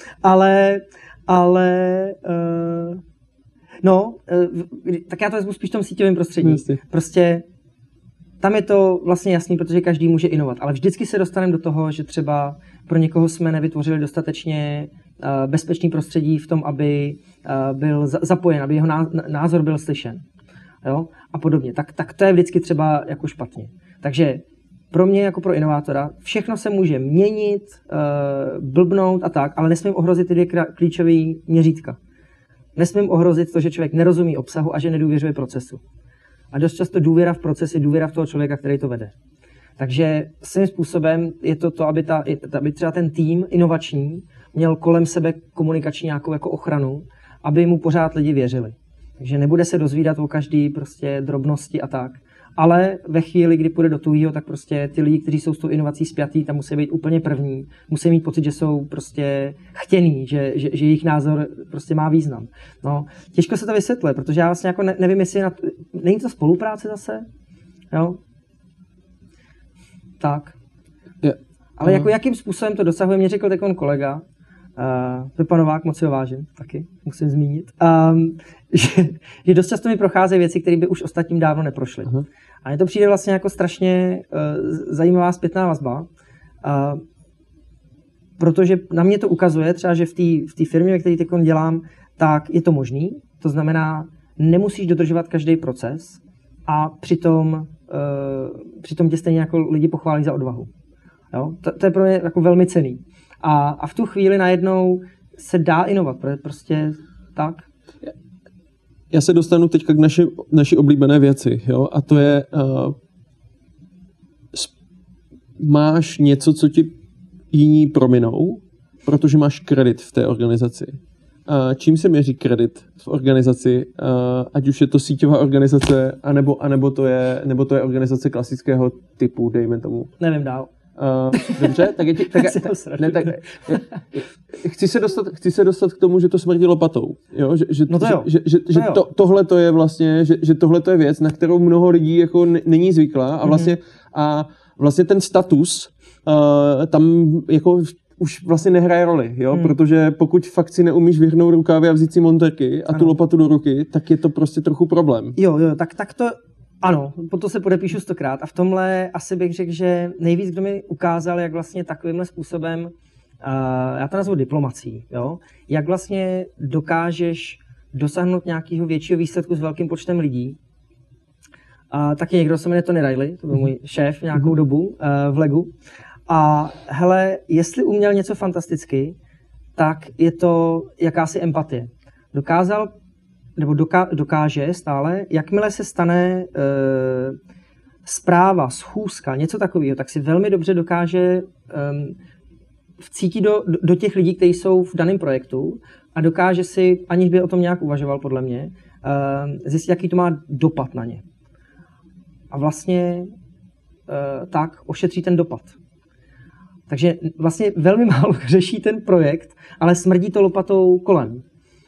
Tak já to vezmu spíš v tom síťovém prostředí. Prostě tam je to vlastně jasný, protože každý může inovat, ale vždycky se dostaneme do toho, že třeba pro někoho jsme nevytvořili dostatečně bezpečný prostředí v tom, aby byl zapojen, aby jeho názor byl slyšen. Jo? A podobně. Tak to je vždycky třeba jako špatně. Takže pro mě jako pro inovátora všechno se může měnit, blbnout a tak, ale nesmím ohrozit ty dvě klíčové měřítka. Nesmím ohrozit to, že člověk nerozumí obsahu a že nedůvěřuje procesu. A dost často důvěra v proces je důvěra v toho člověka, který to vede. Takže svým způsobem je to, aby třeba ten tým inovační měl kolem sebe komunikační nějakou jako ochranu, aby mu pořád lidi věřili. Takže nebude se dozvídat o každý prostě drobnosti a tak. Ale ve chvíli, kdy půjde do tuhýho, tak prostě ty lidi, kteří jsou s tou inovací spjatý, tam musí být úplně první. Musí mít pocit, že jsou prostě chtěný, že jejich názor prostě má význam. No, těžko se to vysvětluje, protože já vlastně jako nevím, jestli není to spolupráce zase, jo? Tak. Ale jako jakým způsobem to dosahuje, mě řekl takový kolega, Pepa Novák, moc si ho vážím, taky musím zmínit, že dost často mi procházejí věci, které by už ostatním dávno neprošly. A mně to přijde vlastně jako strašně zajímavá zpětná vazba, protože na mě to ukazuje třeba, že v té firmě, ve které teď dělám, tak je to možný, to znamená, nemusíš dodržovat každý proces a přitom tě stejně jako lidi pochválí za odvahu. Jo? To je pro mě jako velmi cenný. A v tu chvíli najednou se dá inovat, prostě tak. Já se dostanu teďka k naší oblíbené věci, jo? A to je, máš něco, co ti jiní prominou, protože máš kredit v té organizaci. Čím se měří kredit v organizaci, ať už je to síťová organizace, anebo to je organizace klasického typu, dejme tomu? Nevím dál. Dobře, chci se dostat k tomu, že to smrdí lopatou. Jo? Tohle to je vlastně, že tohle to je věc, na kterou mnoho lidí jako není zvyklá a vlastně ten status tam jako už vlastně nehraje roli, jo? Protože pokud fakt si neumíš vyhrnout rukávy a vzít si monterky a tu lopatu do ruky, tak je to prostě trochu problém. Jo, tak to ano, po to se podepíšu 100krát a v tomhle asi bych řekl, že nejvíc, kdo mi ukázal, jak vlastně takovýmhle způsobem, já to nazvu diplomací, jo? Jak vlastně dokážeš dosáhnout nějakého většího výsledku s velkým počtem lidí. Taky někdo se jmenuje Tony Riley, to byl můj šéf nějakou dobu v Legu. A hele, jestli uměl něco fantasticky, tak je to jakási empatie. Dokáže stále, jakmile se stane zpráva, schůzka, něco takového, tak si velmi dobře dokáže vcítit do těch lidí, kteří jsou v daném projektu a dokáže si, aniž by o tom nějak uvažoval, podle mě, zjistit, jaký to má dopad na ně. A vlastně tak ošetří ten dopad. Takže vlastně velmi málo řeší ten projekt, ale smrdí to lopatou kolem.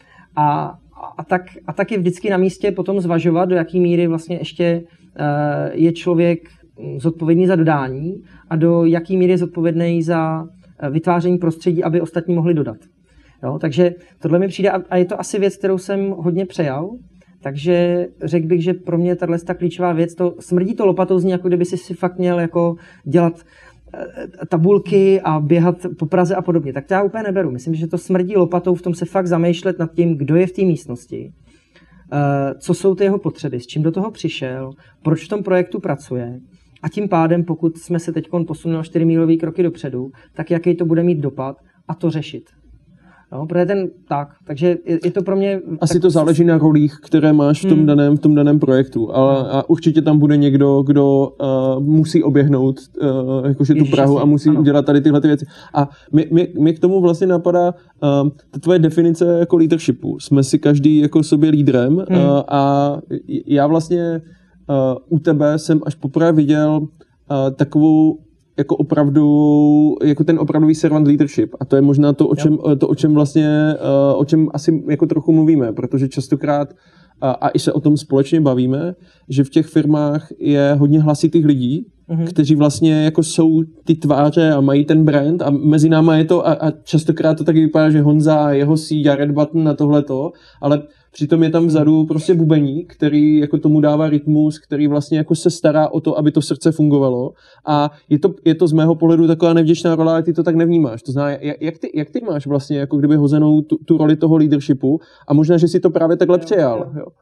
A tak je vždycky na místě potom zvažovat, do jaký míry vlastně ještě je člověk zodpovědný za dodání a do jaký míry je zodpovědný za vytváření prostředí, aby ostatní mohli dodat. Jo? Takže tohle mi přijde a je to asi věc, kterou jsem hodně přejal. Takže řekl bych, že pro mě tahle klíčová věc, to smrdí to lopatou zní, jako kdyby si fakt měl jako dělat tabulky a běhat po Praze a podobně. Tak to já úplně neberu. Myslím, že to smrdí lopatou v tom se fakt zamýšlet nad tím, kdo je v té místnosti, co jsou ty jeho potřeby, s čím do toho přišel, proč v tom projektu pracuje a tím pádem, pokud jsme se teď posunuli o 4 mílové kroky dopředu, tak jaký to bude mít dopad a to řešit. No, protože takže je to pro mě... Asi to záleží na rolích, které máš v tom daném projektu. A určitě tam bude někdo, kdo musí oběhnout jakože tu Prahu a musí udělat tady tyhle ty věci. A mě k tomu vlastně napadá ta tvoje definice jako leadershipu. Jsme si každý jako sobě lídrem a já vlastně u tebe jsem až poprvé viděl takovou jako opravdu, jako ten opravdový servant leadership. A to je možná to, o čem asi jako trochu mluvíme, protože častokrát a i se o tom společně bavíme, že v těch firmách je hodně hlasitých lidí, kteří vlastně jako jsou ty tváře a mají ten brand a mezi náma je to a častokrát to taky vypadá, že Honza a jeho síť a Red Button a tohleto, ale přitom je tam vzadu prostě bubeník, který jako tomu dává rytmus, který vlastně jako se stará o to, aby to srdce fungovalo. A je to z mého pohledu taková nevděčná role, ale ty to tak nevnímáš. To znamená, jak ty máš vlastně jako kdyby hozenou tu roli toho leadershipu a možná, že si to právě takhle přejal. Jo.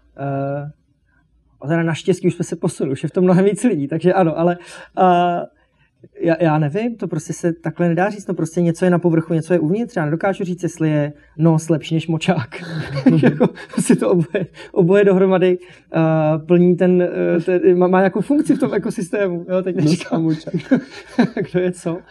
Teda naštěstí už jsme se posunuli, už je v tom mnohem víc lidí, takže ano, ale já nevím, to prostě se takhle nedá říct, no prostě něco je na povrchu, něco je uvnitř, já nedokážu říct, jestli je nos lepší než močák. Jako, si to oboje dohromady plní má nějakou funkci v tom ekosystému. Jo, teď neříkám močák. Kdo je co.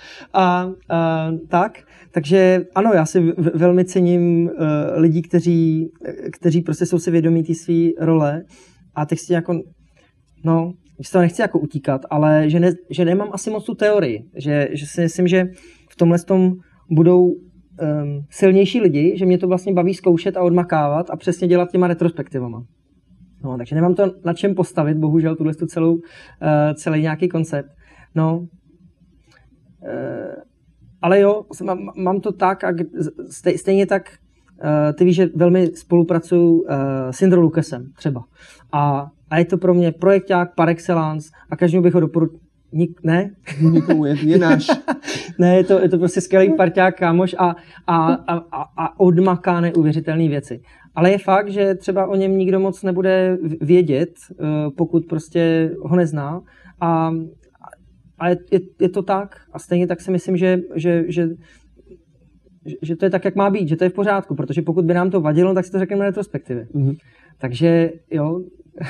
Takže ano, já si velmi cením lidí, kteří prostě jsou si vědomí té své role a teď si jako, že to nechci jako utíkat, ale že nemám asi moc tu teorii, že si myslím, že v tomhle tom budou silnější lidi, že mě to vlastně baví zkoušet a odmakávat a přesně dělat těma retrospektivama. No, takže nemám to na čem postavit, bohužel tuhle celý nějaký koncept. Ale jo, mám to tak a stejně tak ty víš, že velmi spolupracuju s Indrou Lukasem třeba. A je to pro mě projekták par excellence a každému bych ho doporučil. Ne? Nikomu je náš. Ne, je to prostě skvělý parťák, kámoš a odmaká neuvěřitelné věci. Ale je fakt, že třeba o něm nikdo moc nebude vědět, pokud prostě ho nezná. A je to tak. A stejně tak si myslím, že to je tak, jak má být, že to je v pořádku, protože pokud by nám to vadilo, tak si to řekneme retrospektivě. Takže jo,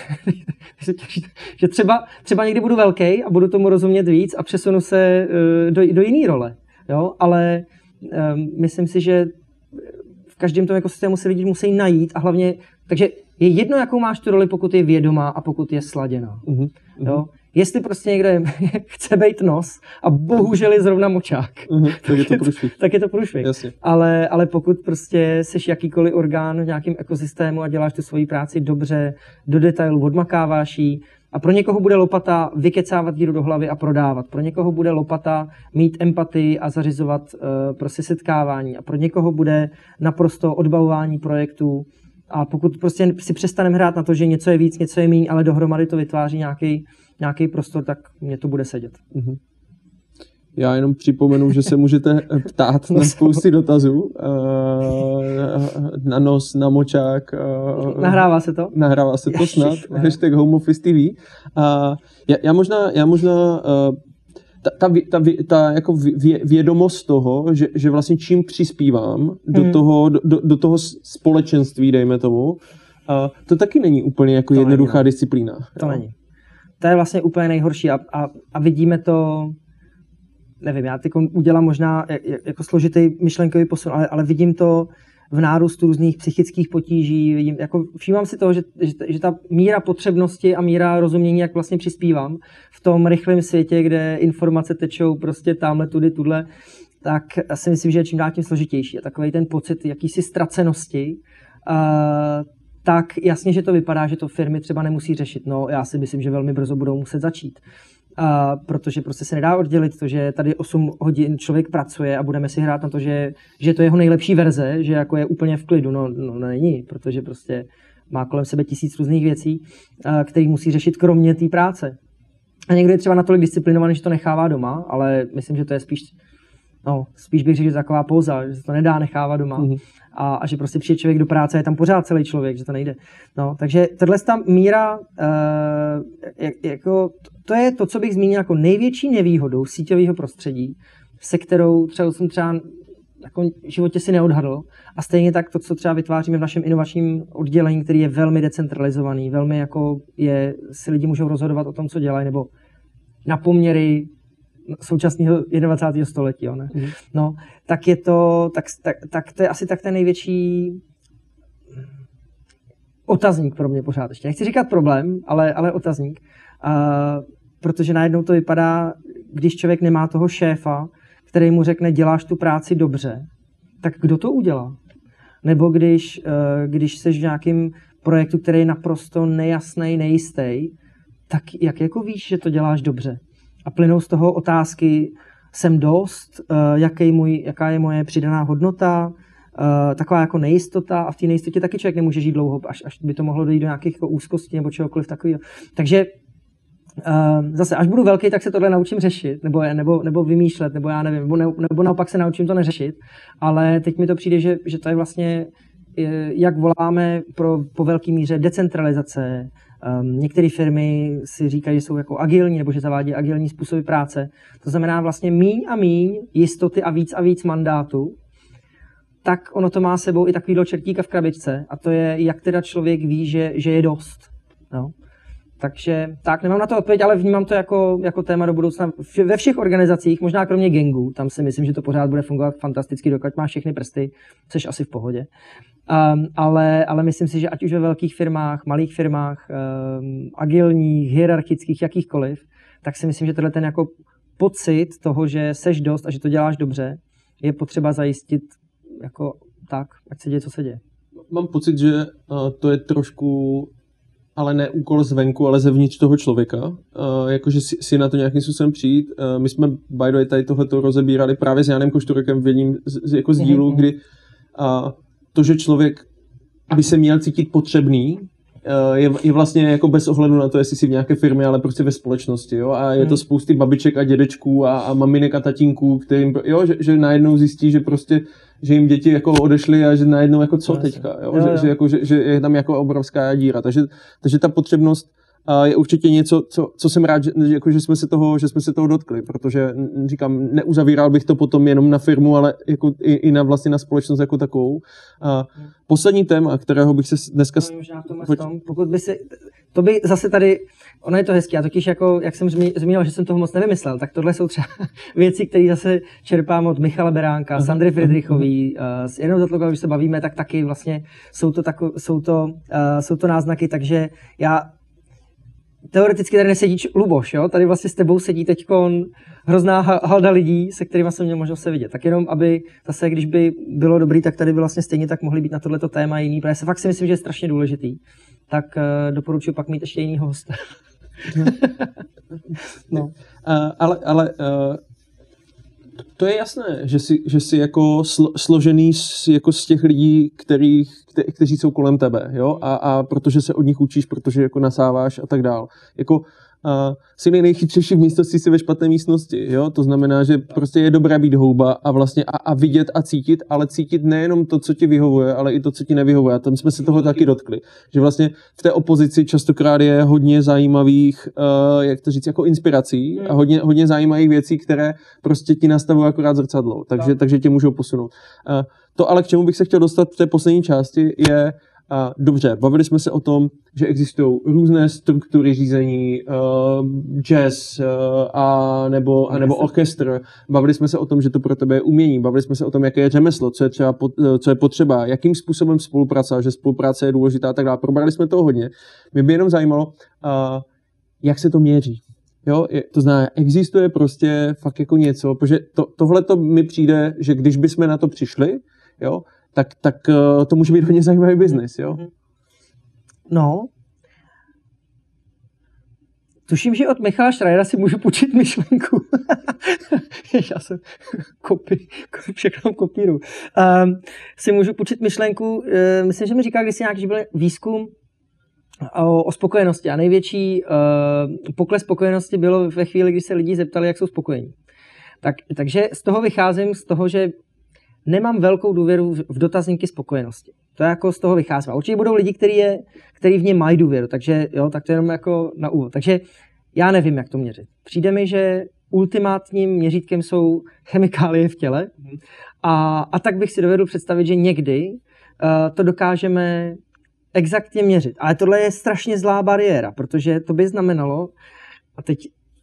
že třeba někdy budu velký a budu tomu rozumět víc a přesunu se do jiné role. Jo? Ale myslím si, že v každém tom ekosystému se lidi musí najít a hlavně, takže je jedno, jakou máš tu roli, pokud je vědomá a pokud je sladěná. Jo? Jestli prostě někde chce být nos a bohužel je zrovna močák, tak je to průšvih. Tak je to průšvih. Ale pokud prostě seš jakýkoliv orgán v nějakém ekosystému a děláš tu svoji práci dobře, do detailu, odmakáváš ji, a pro někoho bude lopata vykecávat díru do hlavy a prodávat. Pro někoho bude lopata mít empatii a zařizovat prostě setkávání. A pro někoho bude naprosto odbavování projektů. A pokud prostě si přestaneme hrát na to, že něco je víc, něco je míň, ale dohromady to vytváří nějaký prostor, tak mě to bude sedět. Já jenom připomenu, že se můžete ptát na spousty dotazů. Na nos, na močák. Nahrává se to? Nahrává se to snad. Hashtag HomeOffice TV. Já možná ta jako vědomost toho, že vlastně čím přispívám do toho společenství, dejme tomu, to taky není úplně jako to jednoduchá disciplína. To není. To je vlastně úplně nejhorší a vidíme to. Nevím, já teď udělám možná jako složitý myšlenkový posun, ale vidím to v nárůstu různých psychických potíží. Všímám si toho, že ta míra potřebnosti a míra rozumění, jak vlastně přispívám v tom rychlém světě, kde informace tečou prostě tamhle, tudy, tudle, tak si myslím, že je čím dál tím složitější. A takový ten pocit jakýsi ztracenosti, tak jasně, že to vypadá, že to firmy třeba nemusí řešit. No, já si myslím, že velmi brzo budou muset začít. Protože prostě se nedá oddělit to, že tady 8 hodin člověk pracuje a budeme si hrát na to, že je to jeho nejlepší verze, že jako je úplně v klidu. No není, protože prostě má kolem sebe 1000 různých věcí, které musí řešit kromě té práce. A někdo je třeba natolik disciplinovaný, že to nechává doma, ale myslím, že to je spíš bych řekl, že taková póza, že se to nedá nechávat doma. A že prostě přijde člověk do práce a je tam pořád celý člověk, že to nejde. No, takže tato míra, jako, to je to, co bych zmínil jako největší nevýhodou síťového prostředí, se kterou jsem jako v životě si neodhadl. A stejně tak to, co třeba vytváříme v našem inovačním oddělení, který je velmi decentralizovaný, velmi jako si lidi můžou rozhodovat o tom, co dělají, nebo na poměry současného 21. století, jo, ne? No, tak je to, tak to je asi tak ten největší otazník pro mě pořád ještě. Nechci říkat problém, ale otazník. Protože najednou to vypadá, když člověk nemá toho šéfa, který mu řekne, děláš tu práci dobře, tak kdo to udělá? Nebo když seš v nějakém projektu, který je naprosto nejasný, nejistý, tak jak jako víš, že to děláš dobře? A plynou z toho otázky, jsem dost, jaká je moje přidaná hodnota, taková jako nejistota, a v té nejistotě taky člověk nemůže žít dlouho, až by to mohlo dojít do nějakých jako úzkostí nebo čehokoliv takového. Takže zase, až budu velký, tak se tohle naučím řešit, nebo vymýšlet, nebo já nevím, nebo naopak se naučím to neřešit, ale teď mi to přijde, že to je vlastně, jak voláme po velké míře decentralizace. Některé firmy si říkají, že jsou jako agilní, nebo že zavádí agilní způsoby práce. To znamená vlastně míň a míň jistoty a víc mandátů. Tak ono to má sebou i takovýhle čertíka v krabičce. A to je, jak teda člověk ví, že je dost. No. Takže tak, nemám na to odpověď, ale vnímám to jako téma do budoucna. Ve všech organizacích, možná kromě gangu, tam si myslím, že to pořád bude fungovat fantasticky, dokud máš všechny prsty, seš asi v pohodě. Ale myslím si, že ať už ve velkých firmách, malých firmách, agilních, hierarchických, jakýchkoliv, tak si myslím, že tenhle ten jako pocit toho, že seš dost a že to děláš dobře, je potřeba zajistit jako tak, ať se děje, co se děje. Mám pocit, že to je trošku, ale ne úkol zvenku, ale zevnitř toho člověka. Jakože si na to nějakým způsobem přijít. My jsme, by the way, tady tohleto rozebírali právě s Janem Košturekem v jedním z dílů, kdy to, že člověk by se měl cítit potřebný, je vlastně jako bez ohledu na to, jestli jsi v nějaké firmě, ale prostě ve společnosti. Jo? A je to spousty babiček a dědečků a maminek a tatínků, kterým, jo, že najednou zjistí, že prostě, že jim děti jako odešly a že najednou jako co teďka, jo? Že je tam jako obrovská díra. Takže ta potřebnost je určitě něco, co jsem rád, že jsme se toho dotkli, protože říkám, neuzavíral bych to potom jenom na firmu, ale jako i na vlastně na společnost jako takovou. Poslední téma, kterého bych se dneska... Pokud by si... To by zase tady... Ono je to hezký, a totiž jako, jak jsem zmínil, že jsem toho moc nevymyslel, tak tohle jsou třeba věci, které zase čerpám od Michala Beránka, Sandry Friedrichový, s Janou Zatlokovou, když se bavíme, tak taky vlastně jsou to náznaky, takže já teoreticky tady nesedí Luboš, jo? Tady vlastně s tebou sedí teďkon hrozná halda lidí, se kterými jsem měl možnost se vidět. Tak jenom, aby zase, když by bylo dobrý, tak tady by vlastně stejně tak mohli být na tohleto téma jiný, protože fakt si myslím, že je strašně důležitý. Tak doporučuji pak mít ještě jinýho hosta. No. Ale to je jasné, že jsi jako složený jako z těch lidí, kteří jsou kolem tebe, jo? A protože se od nich učíš, protože jako nasáváš a tak dál. Jako si nejchytřejší v místnosti, si ve špatné místnosti, jo? To znamená, že prostě je dobré být houba a vlastně a vidět a cítit, ale cítit nejenom to, co ti vyhovuje, ale i to, co ti nevyhovuje. A tam jsme se toho taky dotkli. Že vlastně v té opozici častokrát je hodně zajímavých, jak to říct, jako inspirací a hodně zajímavých věcí, které prostě ti nastavují akorát zrcadlo. Takže tě můžou posunout. To ale, k čemu bych se chtěl dostat v té poslední části, je dobře, bavili jsme se o tom, že existují různé struktury řízení, jazz nebo orchestr. Bavili jsme se o tom, že to pro tebe je umění. Bavili jsme se o tom, jaké je řemeslo, co je potřeba, jakým způsobem spolupracovat, že spolupráce je důležitá a tak dále. Probrali jsme toho hodně. Mě by jenom zajímalo, jak se to měří. Jo, to znamená, existuje prostě fakt jako něco, protože tohle to mi přijde, že když bychom na to přišli, jo, tak to může být hodně zajímavý biznis, jo? No. Tuším, že od Michala Schreiera si můžu půjčit myšlenku. Já jsem všechno kopíru. Si můžu půjčit myšlenku, myslím, že mi říkal kdysi nějaký, že byl výzkum o spokojenosti a největší pokles spokojenosti bylo ve chvíli, kdy se lidi zeptali, jak jsou spokojení. Takže z toho vycházím, z toho, že nemám velkou důvěru v dotazníky spokojenosti. To jako z toho vychází. A určitě budou lidi, kteří v ně mají důvěru, takže jo, tak to je jenom jako na úvod. Takže já nevím, jak to měřit. Přijde mi, že ultimátním měřítkem jsou chemikálie v těle a tak bych si dovedl představit, že někdy to dokážeme exaktně měřit. Ale tohle je strašně zlá bariéra, protože to by znamenalo, a teď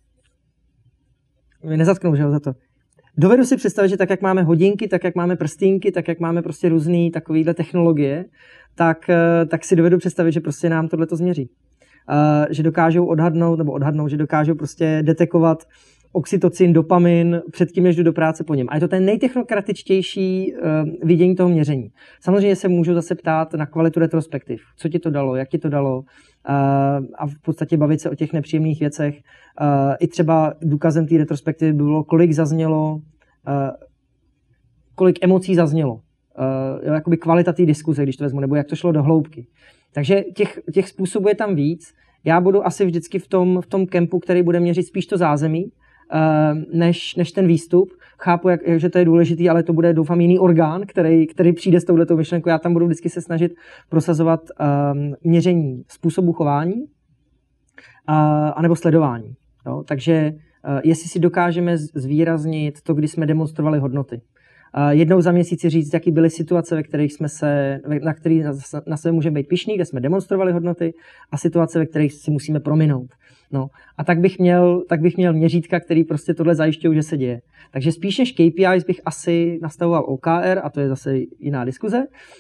mě nezatknou, že jo, za to. Dovedu si představit, že tak, jak máme hodinky, tak, jak máme prstínky, tak, jak máme prostě různé takovéhle technologie, tak si dovedu představit, že prostě nám tohle to změří. Že dokážou odhadnout, že dokážou prostě detekovat oxytocin, dopamin předtím, než jdu do práce po něm. A je to ten nejtechnokratičtější vidění toho měření. Samozřejmě se můžu zase ptát na kvalitu retrospektiv. Co ti to dalo, jak ti to dalo a v podstatě bavit se o těch nepříjemných věcech. I třeba důkazem té retrospektivy bylo, kolik zaznělo, kolik emocí zaznělo. Jakoby kvalita té diskuze, když to vezmu, nebo jak to šlo do hloubky. Takže těch způsobů je tam víc. Já budu asi vždycky v tom kempu, který bude měřit spíš to zázemí, než ten výstup. Chápu, že to je důležitý, ale to bude, doufám, jiný orgán, který přijde s touhletou myšlenkou. Já tam budu vždycky se snažit prosazovat měření způsobu chování anebo sledování. Jo? Takže jestli si dokážeme zvýraznit to, kdy jsme demonstrovali hodnoty. Jednou za měsíc si říct, jaký byly situace, na které na sebe můžeme být pyšní, kde jsme demonstrovali hodnoty, a situace, ve kterých si musíme prominout. No. A tak bych měl měřítka, který prostě tohle zajišťují, že se děje. Takže spíš než KPIs bych asi nastavoval OKR, a to je zase jiná diskuze.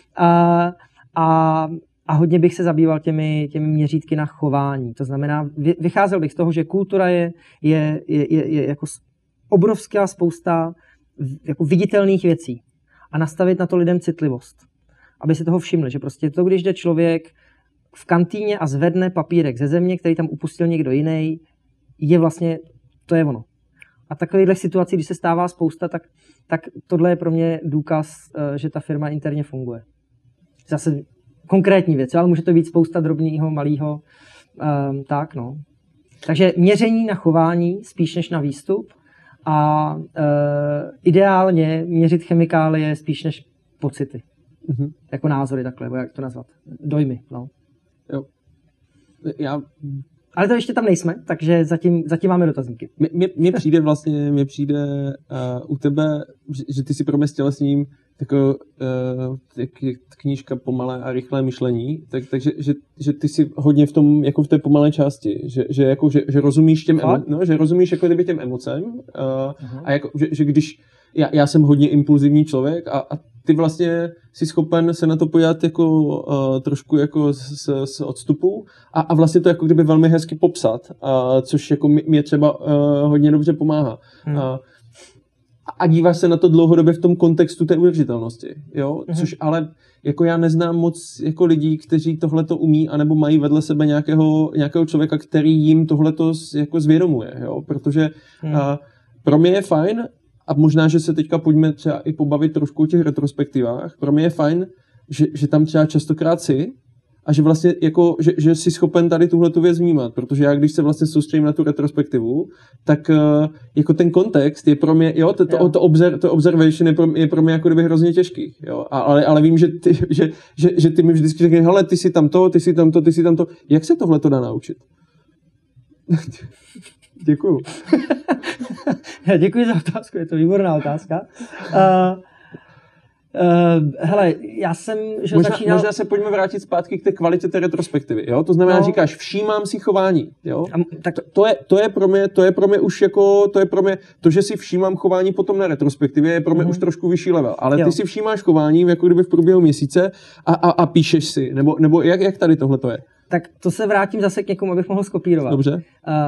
A hodně bych se zabýval těmi měřítky na chování. To znamená, vycházel bych z toho, že kultura je jako obrovská spousta jako viditelných věcí a nastavit na to lidem citlivost, aby si toho všimli, že prostě to, když jde člověk v kantýně a zvedne papírek ze země, který tam upustil někdo jiný, je vlastně, to je ono. A takovýchhle situací, když se stává spousta, tak tohle je pro mě důkaz, že ta firma interně funguje. Zase konkrétní věc, ale může to být spousta drobného, malého, tak no. Takže měření na chování spíš než na výstup, a ideálně měřit chemikálie spíš než pocity. Mm-hmm. Jako názory takhle, nebo jak to nazvat. Dojmy, no. Jo. Ale to ještě tam nejsme, takže zatím máme dotazníky. Mně přijde u tebe, že ty si pro mě stělesním takovou knížka Pomalé a rychlé myšlení, takže že ty jsi hodně v tom, jako v té pomalé části, že rozumíš že rozumíš jako těm emocem a jako, že když já jsem hodně impulzivní člověk a ty vlastně jsi schopen se na to podívat jako trošku jako z odstupu a vlastně to jako kdyby velmi hezky popsat, což jako mě třeba hodně dobře pomáhá. A díváš se na to dlouhodobě v tom kontextu té udržitelnosti, jo? Což ale jako já neznám moc jako lidí, kteří tohleto umí, anebo mají vedle sebe nějakého člověka, který jim tohleto jako zvědomuje, jo? Protože pro mě je fajn, a možná, že se teďka pojďme třeba i pobavit trošku o těch retrospektivách, pro mě je fajn, že tam třeba častokrát si, a že vlastně jako, že jsi schopen tady tuhletu věc vnímat, protože já když se vlastně soustředím na tu retrospektivu, tak jako ten kontext je pro mě, jo, to observation je pro mě jako kdyby hrozně těžký, jo, ale vím, že ty mi vždycky řekneš, hele, ty jsi tamto, jak se tohleto dá naučit? Děkuju. Děkuji za otázku, je to výborná otázka. Hele, já jsem začínal... Možná se pojďme vrátit zpátky k té kvalitě té retrospektivy, jo? To znamená, říkáš, všímám si chování, jo? Tak to je pro mě už jako, to, že si všímám chování potom na retrospektivě, je pro mě už trošku vyšší level, ale ty si všímáš chování jako kdyby v průběhu měsíce a píšeš si, nebo jak tady tohle to je? Tak to se vrátím zase k někomu, abych mohl skopírovat. Dobře.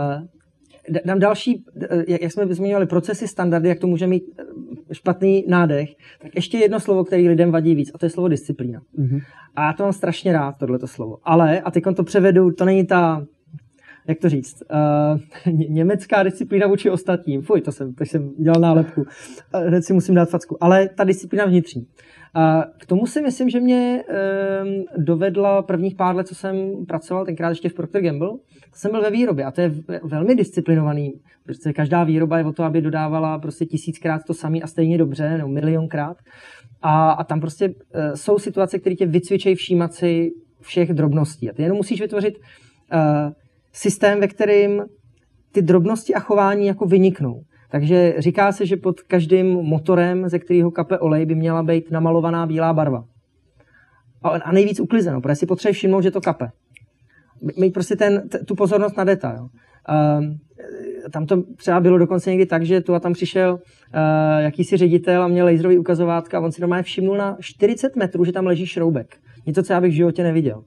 Dám další, jak jsme zmiňovali, procesy, standardy, jak to může mít špatný nádech, tak ještě jedno slovo, které lidem vadí víc, a to je slovo disciplína. A já to mám strašně rád, tohleto slovo. Ale, a teď to převedu, to není ta, jak to říct, německá disciplína vůči ostatním. Fuj, to jsem dělal nálepku. Hned si musím dát facku. Ale ta disciplína vnitřní. K tomu si myslím, že mě dovedla prvních pár let, co jsem pracoval, tenkrát ještě v Procter Gamble, jsem byl ve výrobě a to je velmi disciplinovaný, protože každá výroba je o to, aby dodávala prostě 1000krát to samé a stejně dobře, nebo milionkrát. A tam prostě jsou situace, které tě vycvičejí všímat si všech drobností. A ty jenom musíš vytvořit systém, ve kterým ty drobnosti a chování jako vyniknou. Takže říká se, že pod každým motorem, ze kterého kape olej, by měla být namalovaná bílá barva. A nejvíc uklizeno, protože si potřebuješ všimnout, že to kape. Mít prostě tu pozornost na detail. Tam to třeba bylo dokonce někdy tak, že tu a tam přišel jakýsi ředitel a měl laserový ukazovátka a on si normálně všimnul na 40 metrů, že tam leží šroubek. Něco, co já bych v životě neviděl.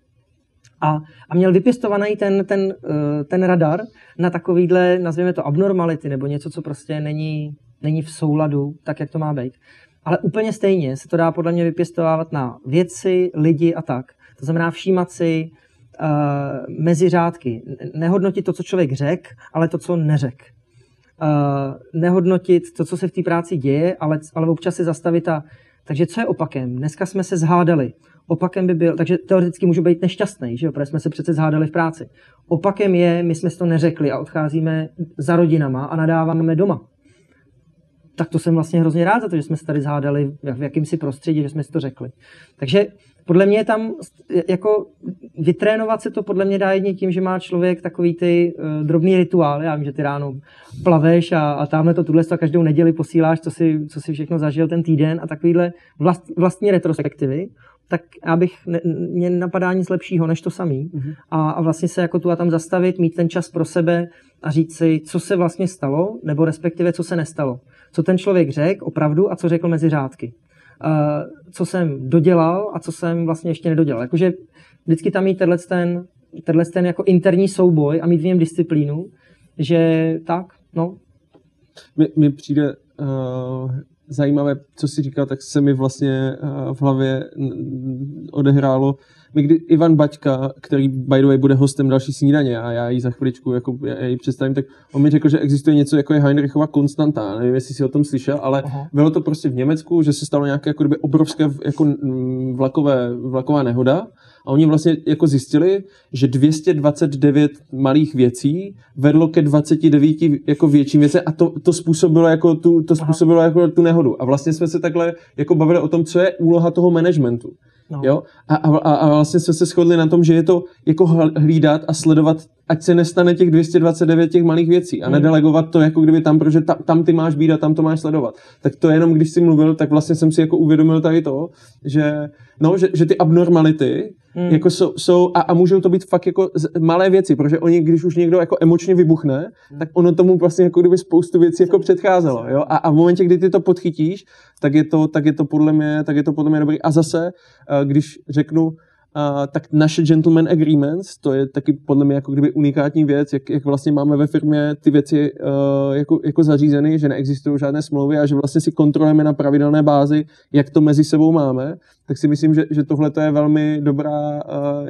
A měl vypěstovaný ten radar na takovýhle, nazvěme to abnormality, nebo něco, co prostě není v souladu, tak, jak to má být. Ale úplně stejně se to dá podle mě vypěstovávat na věci, lidi a tak. To znamená všímat si mezi řádky. Nehodnotit to, co člověk řekl, ale to, co neřekl. Nehodnotit to, co se v té práci děje, ale občas si zastavit takže co je opakem? Dneska jsme se zhádali. Opakem by byl, takže teoreticky můžu být nešťastný, že jo, protože jsme se přece zhádali v práci. Opakem je, my jsme si to neřekli a odcházíme za rodinama a nadáváme doma. Tak to jsem vlastně hrozně rád za to, že jsme se tady zhádali v jakýmsi prostředí, že jsme si to řekli. Takže podle mě je tam, jako vytrénovat se to podle mě dá jedně tím, že má člověk takový ty drobný rituály. Já vím, že ty ráno plaveš a tamhle to tuhle a každou neděli posíláš, co si všechno zažil ten týden a takovýhle vlastní retrospektivy. Tak mě napadá nic lepšího než to samý. A vlastně se jako tu a tam zastavit, mít ten čas pro sebe a říct si, co se vlastně stalo, nebo respektive, co se nestalo. Co ten člověk řekl opravdu a co řekl mezi řádky. Co jsem dodělal a co jsem vlastně ještě nedodělal. Jakože vždycky tam mít tenhle jako interní souboj a mít v něm disciplínu, že tak, no. Mi přijde zajímavé, co jsi říkal, tak se mi vlastně v hlavě odehrálo. Kdy Ivan Baťka, který by the way bude hostem další snídaně a já ji za chviličku jako já ji představím, tak on mi řekl, že existuje něco jako je Heinrichova konstanta. Nevím, jestli jsi o tom slyšel, ale bylo to prostě v Německu, že se stalo nějaké jako kdyby obrovské jako vlaková nehoda a oni vlastně jako zjistili, že 229 malých věcí vedlo ke 29 jako větším věcem a to způsobilo jako tu nehodu. A vlastně jsme se takhle jako bavili o tom, co je úloha toho managementu. No. Jo? A vlastně jsme se shodli na tom, že je to jako hlídat a sledovat ať se nestane těch 229 těch malých věcí a nedelegovat to jako kdyby tam, protože tam ty máš být a tam to máš sledovat. Tak to jenom, když jsi mluvil, tak vlastně jsem si jako uvědomil tady to, že ty abnormality jako jsou a můžou to být fakt jako malé věci, protože oni, když už někdo jako emočně vybuchne, tak ono tomu vlastně jako kdyby spoustu věcí jako předcházelo, jo? A v momentě, kdy ty to podchytíš, tak je to podle mě dobrý. A zase, když řeknu, tak naše gentleman agreements, to je taky podle mě jako kdyby unikátní věc, jak vlastně máme ve firmě ty věci jako zařízeny, že neexistují žádné smlouvy a že vlastně si kontrolujeme na pravidelné bázi, jak to mezi sebou máme, tak si myslím, že tohle to je velmi dobrá,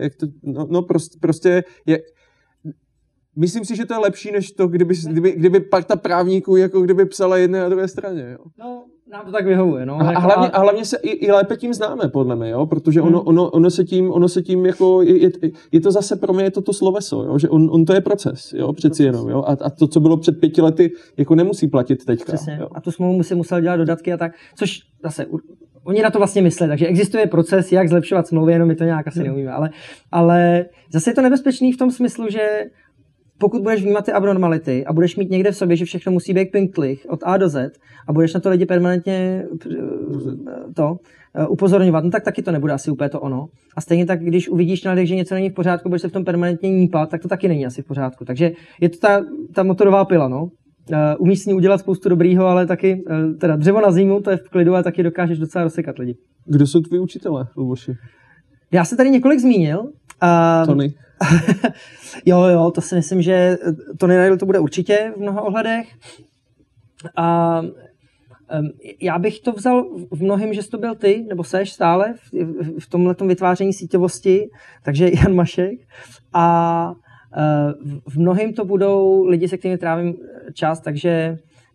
myslím si, že to je lepší, než to, kdyby parta právníků jako kdyby psala jedné a druhé straně. Jo. No, nám to tak vyhovuje. No. A hlavně se i lépe tím známe, podle mě, jo? Protože ono se tím jako, je to zase pro mě je to sloveso, jo? Že on to je proces, jo? Přeci jenom. Jo? A to, co bylo před 5 lety, jako nemusí platit teďka. Přesně. Jo? A tu smlouvu si musel dělat dodatky a tak, což zase oni na to vlastně myslí, takže existuje proces, jak zlepšovat smlouvy, jenom my to nějak asi neumíme. Ale zase je to nebezpečný v tom smyslu, že pokud budeš vnímat ty abnormality a budeš mít někde v sobě, že všechno musí být pinktlich od A do Z a budeš na to lidi permanentně upozorňovat, no tak taky to nebude asi úplně to ono. A stejně tak, když uvidíš na lidech, že něco není v pořádku, budeš se v tom permanentně nípat, tak to taky není asi v pořádku. Takže je to ta motorová pila, no. Umíš s ní udělat spoustu dobrýho, ale taky teda dřevo na zimu, to je v klidu, a taky dokážeš docela rozsekat lidi. Kdo jsou tvoji učitelé, Luboši? Já jsem tady několik zmínil. Tony. Jo, to si myslím, že Tony Nadell to bude určitě v mnoha ohledech. A já bych to vzal v mnohém, že jsi to byl ty, nebo seš stále v tomhletom vytváření síťovosti, takže Jan Mašek. A v mnohém to budou lidi, se kterými trávím čas, takže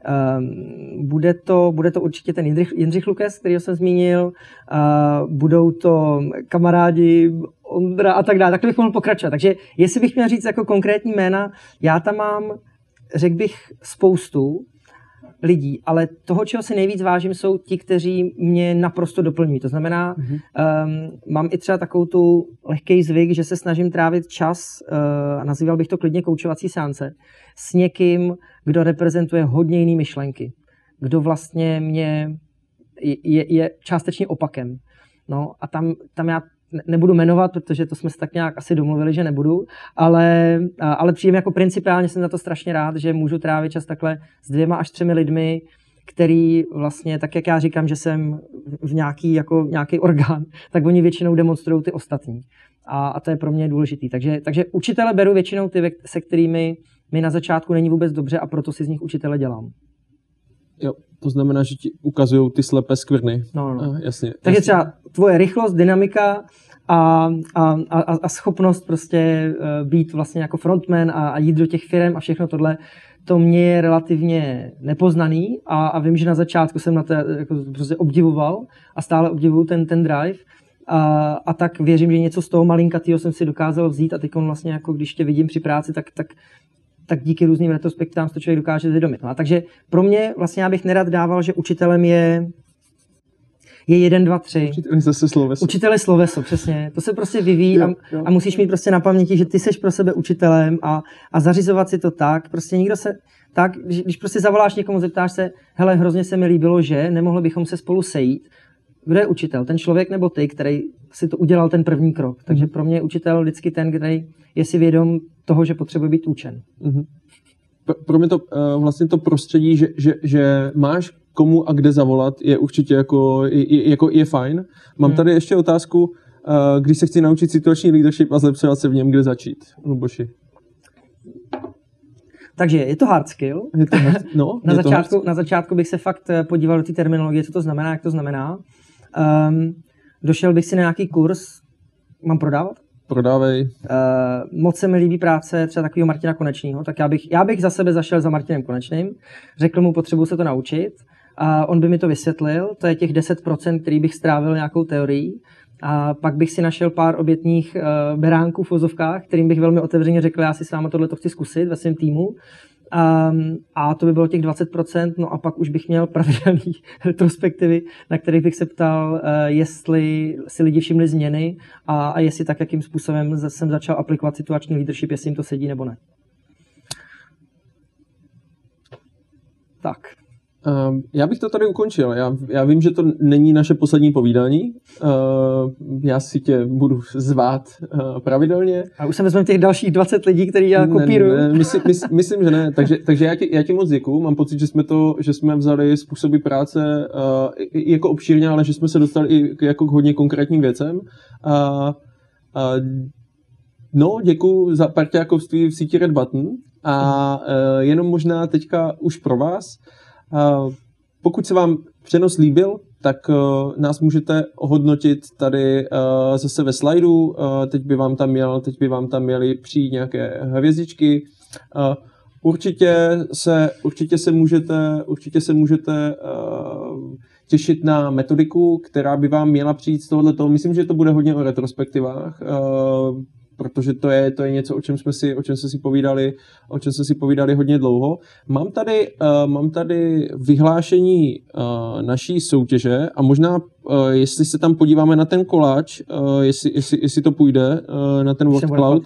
bude to určitě ten Jindřich Lukes, kterýho jsem zmínil, budou to kamarádi Ondra a tak dále, tak to bych mohl pokračovat. Takže jestli bych měl říct jako konkrétní jména, já tam mám, řekl bych, spoustu lidí, ale toho, čeho si nejvíc vážím, jsou ti, kteří mě naprosto doplňují. To znamená, mám i třeba takovou tu lehký zvyk, že se snažím trávit čas, a nazýval bych to klidně koučovací seance, s někým, kdo reprezentuje hodně jiný myšlenky. Kdo vlastně je částečně opakem. No a tam já nebudu jmenovat, protože to jsme se tak nějak asi domluvili, že nebudu, ale přijím jako principiálně jsem za to strašně rád, že můžu trávit čas takhle s 2 až 3 lidmi, který vlastně, tak jak já říkám, že jsem v nějaký orgán, tak oni většinou demonstrují ty ostatní. A to je pro mě důležitý. Takže učitele beru většinou ty, se kterými mi na začátku není vůbec dobře a proto si z nich učitele dělám. Jo, to znamená, že ti ukazují ty slepé skvrny. No. Jasně. Takže třeba tvoje rychlost, dynamika a schopnost prostě být vlastně jako frontman a jít do těch firem a všechno tohle, to mě je relativně nepoznaný a vím, že na začátku jsem na to jako prostě obdivoval a stále obdivuju ten drive. A tak věřím, že něco z toho malinkatýho jsem si dokázal vzít a teď vlastně jako když tě vidím při práci, tak díky různým retrospektivám to člověk dokáže zvědomit. No a takže pro mě vlastně já bych nerad dával, že učitelem je 1, 2, 3. Učitel je sloveso, přesně. To se prostě vyvíjí a musíš mít prostě na paměti, že ty seš pro sebe učitelem a zařizovat si to tak. Prostě nikdo se tak, když prostě zavoláš někomu, zeptáš se, hele, hrozně se mi líbilo, že nemohli bychom se spolu sejít. Kdo je učitel? Ten člověk nebo ty, který si to udělal ten první krok. Takže pro mě je učitel vždycky ten, který je si vědom toho, že potřebuje být učen. Pro mě to vlastně to prostředí, že máš komu a kde zavolat, je určitě je fajn. Mám tady ještě otázku, když se chci naučit situační leadership a zlepšovat se v něm, kde začít, Luboši? Takže je to hard skill. Na začátku bych se fakt podíval do té terminologie, co to znamená, jak to znamená. Došel bych si na nějaký kurz, mám prodávat? Prodávej. Moc se mi líbí práce třeba takového Martina Konečného, tak já bych za sebe zašel za Martinem Konečným, řekl mu, potřebuji se to naučit a on by mi to vysvětlil, to je těch 10%, který bych strávil nějakou teorií a pak bych si našel pár obětních beránků v vozovkách, kterým bych velmi otevřeně řekl, já si s váma tohle chci zkusit ve svém týmu A to by bylo těch 20%, no a pak už bych měl pravidelné retrospektivy, na kterých bych se ptal, jestli si lidi všimli změny a jestli tak, jakým způsobem jsem začal aplikovat situační leadership, jestli jim to sedí nebo ne. Tak. Já bych to tady ukončil. Já vím, že to není naše poslední povídání. Já si tě budu zvát pravidelně. A už jsem vezmeme těch dalších 20 lidí, který já kopíruju. Ne, myslím, že ne. Takže já ti moc děkuju. Mám pocit, že jsme vzali způsoby práce jako obšírně, ale že jsme se dostali i jako k hodně konkrétním věcem. No, děkuju za parťákovství v síti Red Button. A jenom možná teďka už pro vás. Pokud se vám přenos líbil, tak nás můžete ohodnotit tady zase ve slajdu. Teď by vám tam měly přijít nějaké hvězdičky. Určitě se můžete těšit na metodiku, která by vám měla přijít z tohoto. Myslím, že to bude hodně o retrospektivách, protože to je něco, o čem jsme si povídali hodně dlouho. Mám tady vyhlášení naší soutěže a možná, jestli se tam podíváme na ten koláč, jestli to půjde na ten word cloud,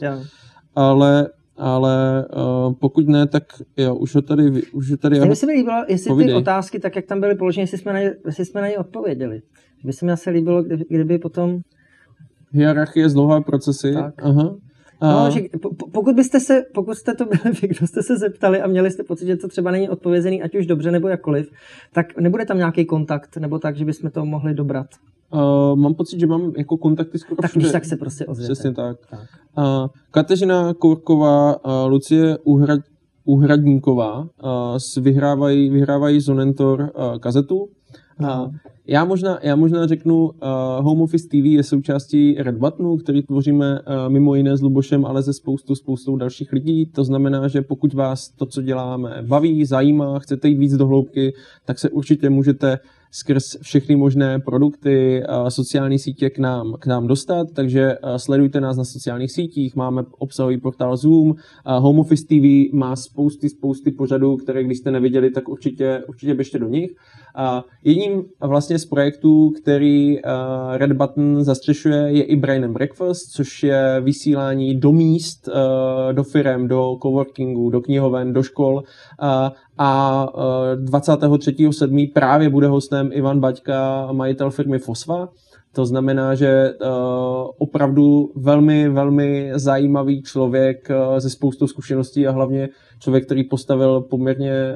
ale pokud ne, tak jo, už ho tady Mně se mi líbilo, jestli povídej. Ty otázky, tak jak tam byly položeny, jestli jsme na ně odpověděli. By se mi asi líbilo, kdyby potom... Hierarchie, zdlouhé procesy. Tak. Aha. No, že pokud jste to byli vy, kdo jste se zeptali a měli jste pocit, že to třeba není odpovězený, ať už dobře nebo jakkoliv, tak nebude tam nějaký kontakt, nebo tak, že bychom to mohli dobrat? Mám pocit, že mám jako kontakty skoro všude. Tak se prostě ozvěte. Přesně tak. Kateřina Kourková, Lucie Uhradníková vyhrávají Zonentor kazetu. Já možná řeknu, Home Office TV je součástí Red Buttonu, který tvoříme mimo jiné s Lubošem, ale se spoustou dalších lidí. To znamená, že pokud vás to, co děláme, baví, zajímá, chcete jít víc do hloubky, tak se určitě můžete skrz všechny možné produkty, sociální sítě k nám dostat, takže sledujte nás na sociálních sítích, máme obsahový portál Zoom, Home Office TV má spousty pořadů, které když jste neviděli, tak určitě běžte do nich. Jedním vlastně z projektů, který Red Button zastřešuje, je i Brain and Breakfast, což je vysílání do míst, do firem, do coworkingu, do knihoven, do škol, a 23.7. právě bude hostem Ivan Baťka, majitel firmy Fosva. To znamená, že opravdu velmi, velmi zajímavý člověk se spoustou zkušeností a hlavně člověk, který postavil poměrně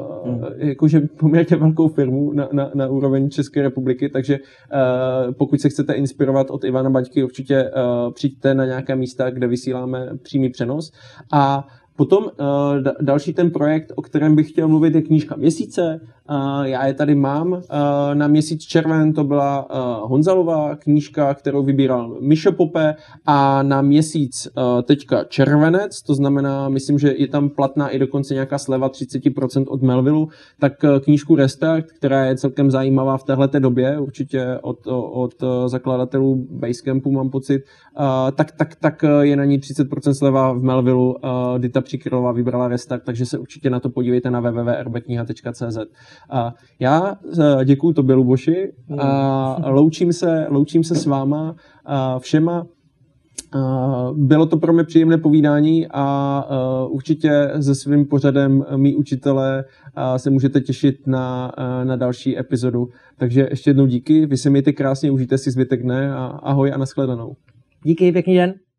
velkou firmu na úroveň České republiky, takže pokud se chcete inspirovat od Ivana Baťky, určitě přijďte na nějaké místa, kde vysíláme přímý přenos. A potom další ten projekt, o kterém bych chtěl mluvit, je knížka měsíce. Já je tady mám. Na měsíc červen to byla Honzalová knížka, kterou vybíral Mišo Pope, a na měsíc teďka červenec, to znamená, myslím, že je tam platná i dokonce nějaká sleva 30% od Melvillu, tak knížku Restart, která je celkem zajímavá v téhleté době, určitě od zakladatelů Basecampu mám pocit, tak je na ní 30% sleva v Melvillu. Dita Přikrylová vybrala Restart, takže se určitě na to podívejte na www.rbkniha.cz. Já děkuju tobě, Luboši, a loučím se s váma všema. Bylo to pro mě příjemné povídání a určitě se svým pořadem mý učitelé se můžete těšit na další epizodu. Takže ještě jednou díky, vy se mějte krásně, užijte si zbytek dne a ahoj a nashledanou. Díky, pěkný den.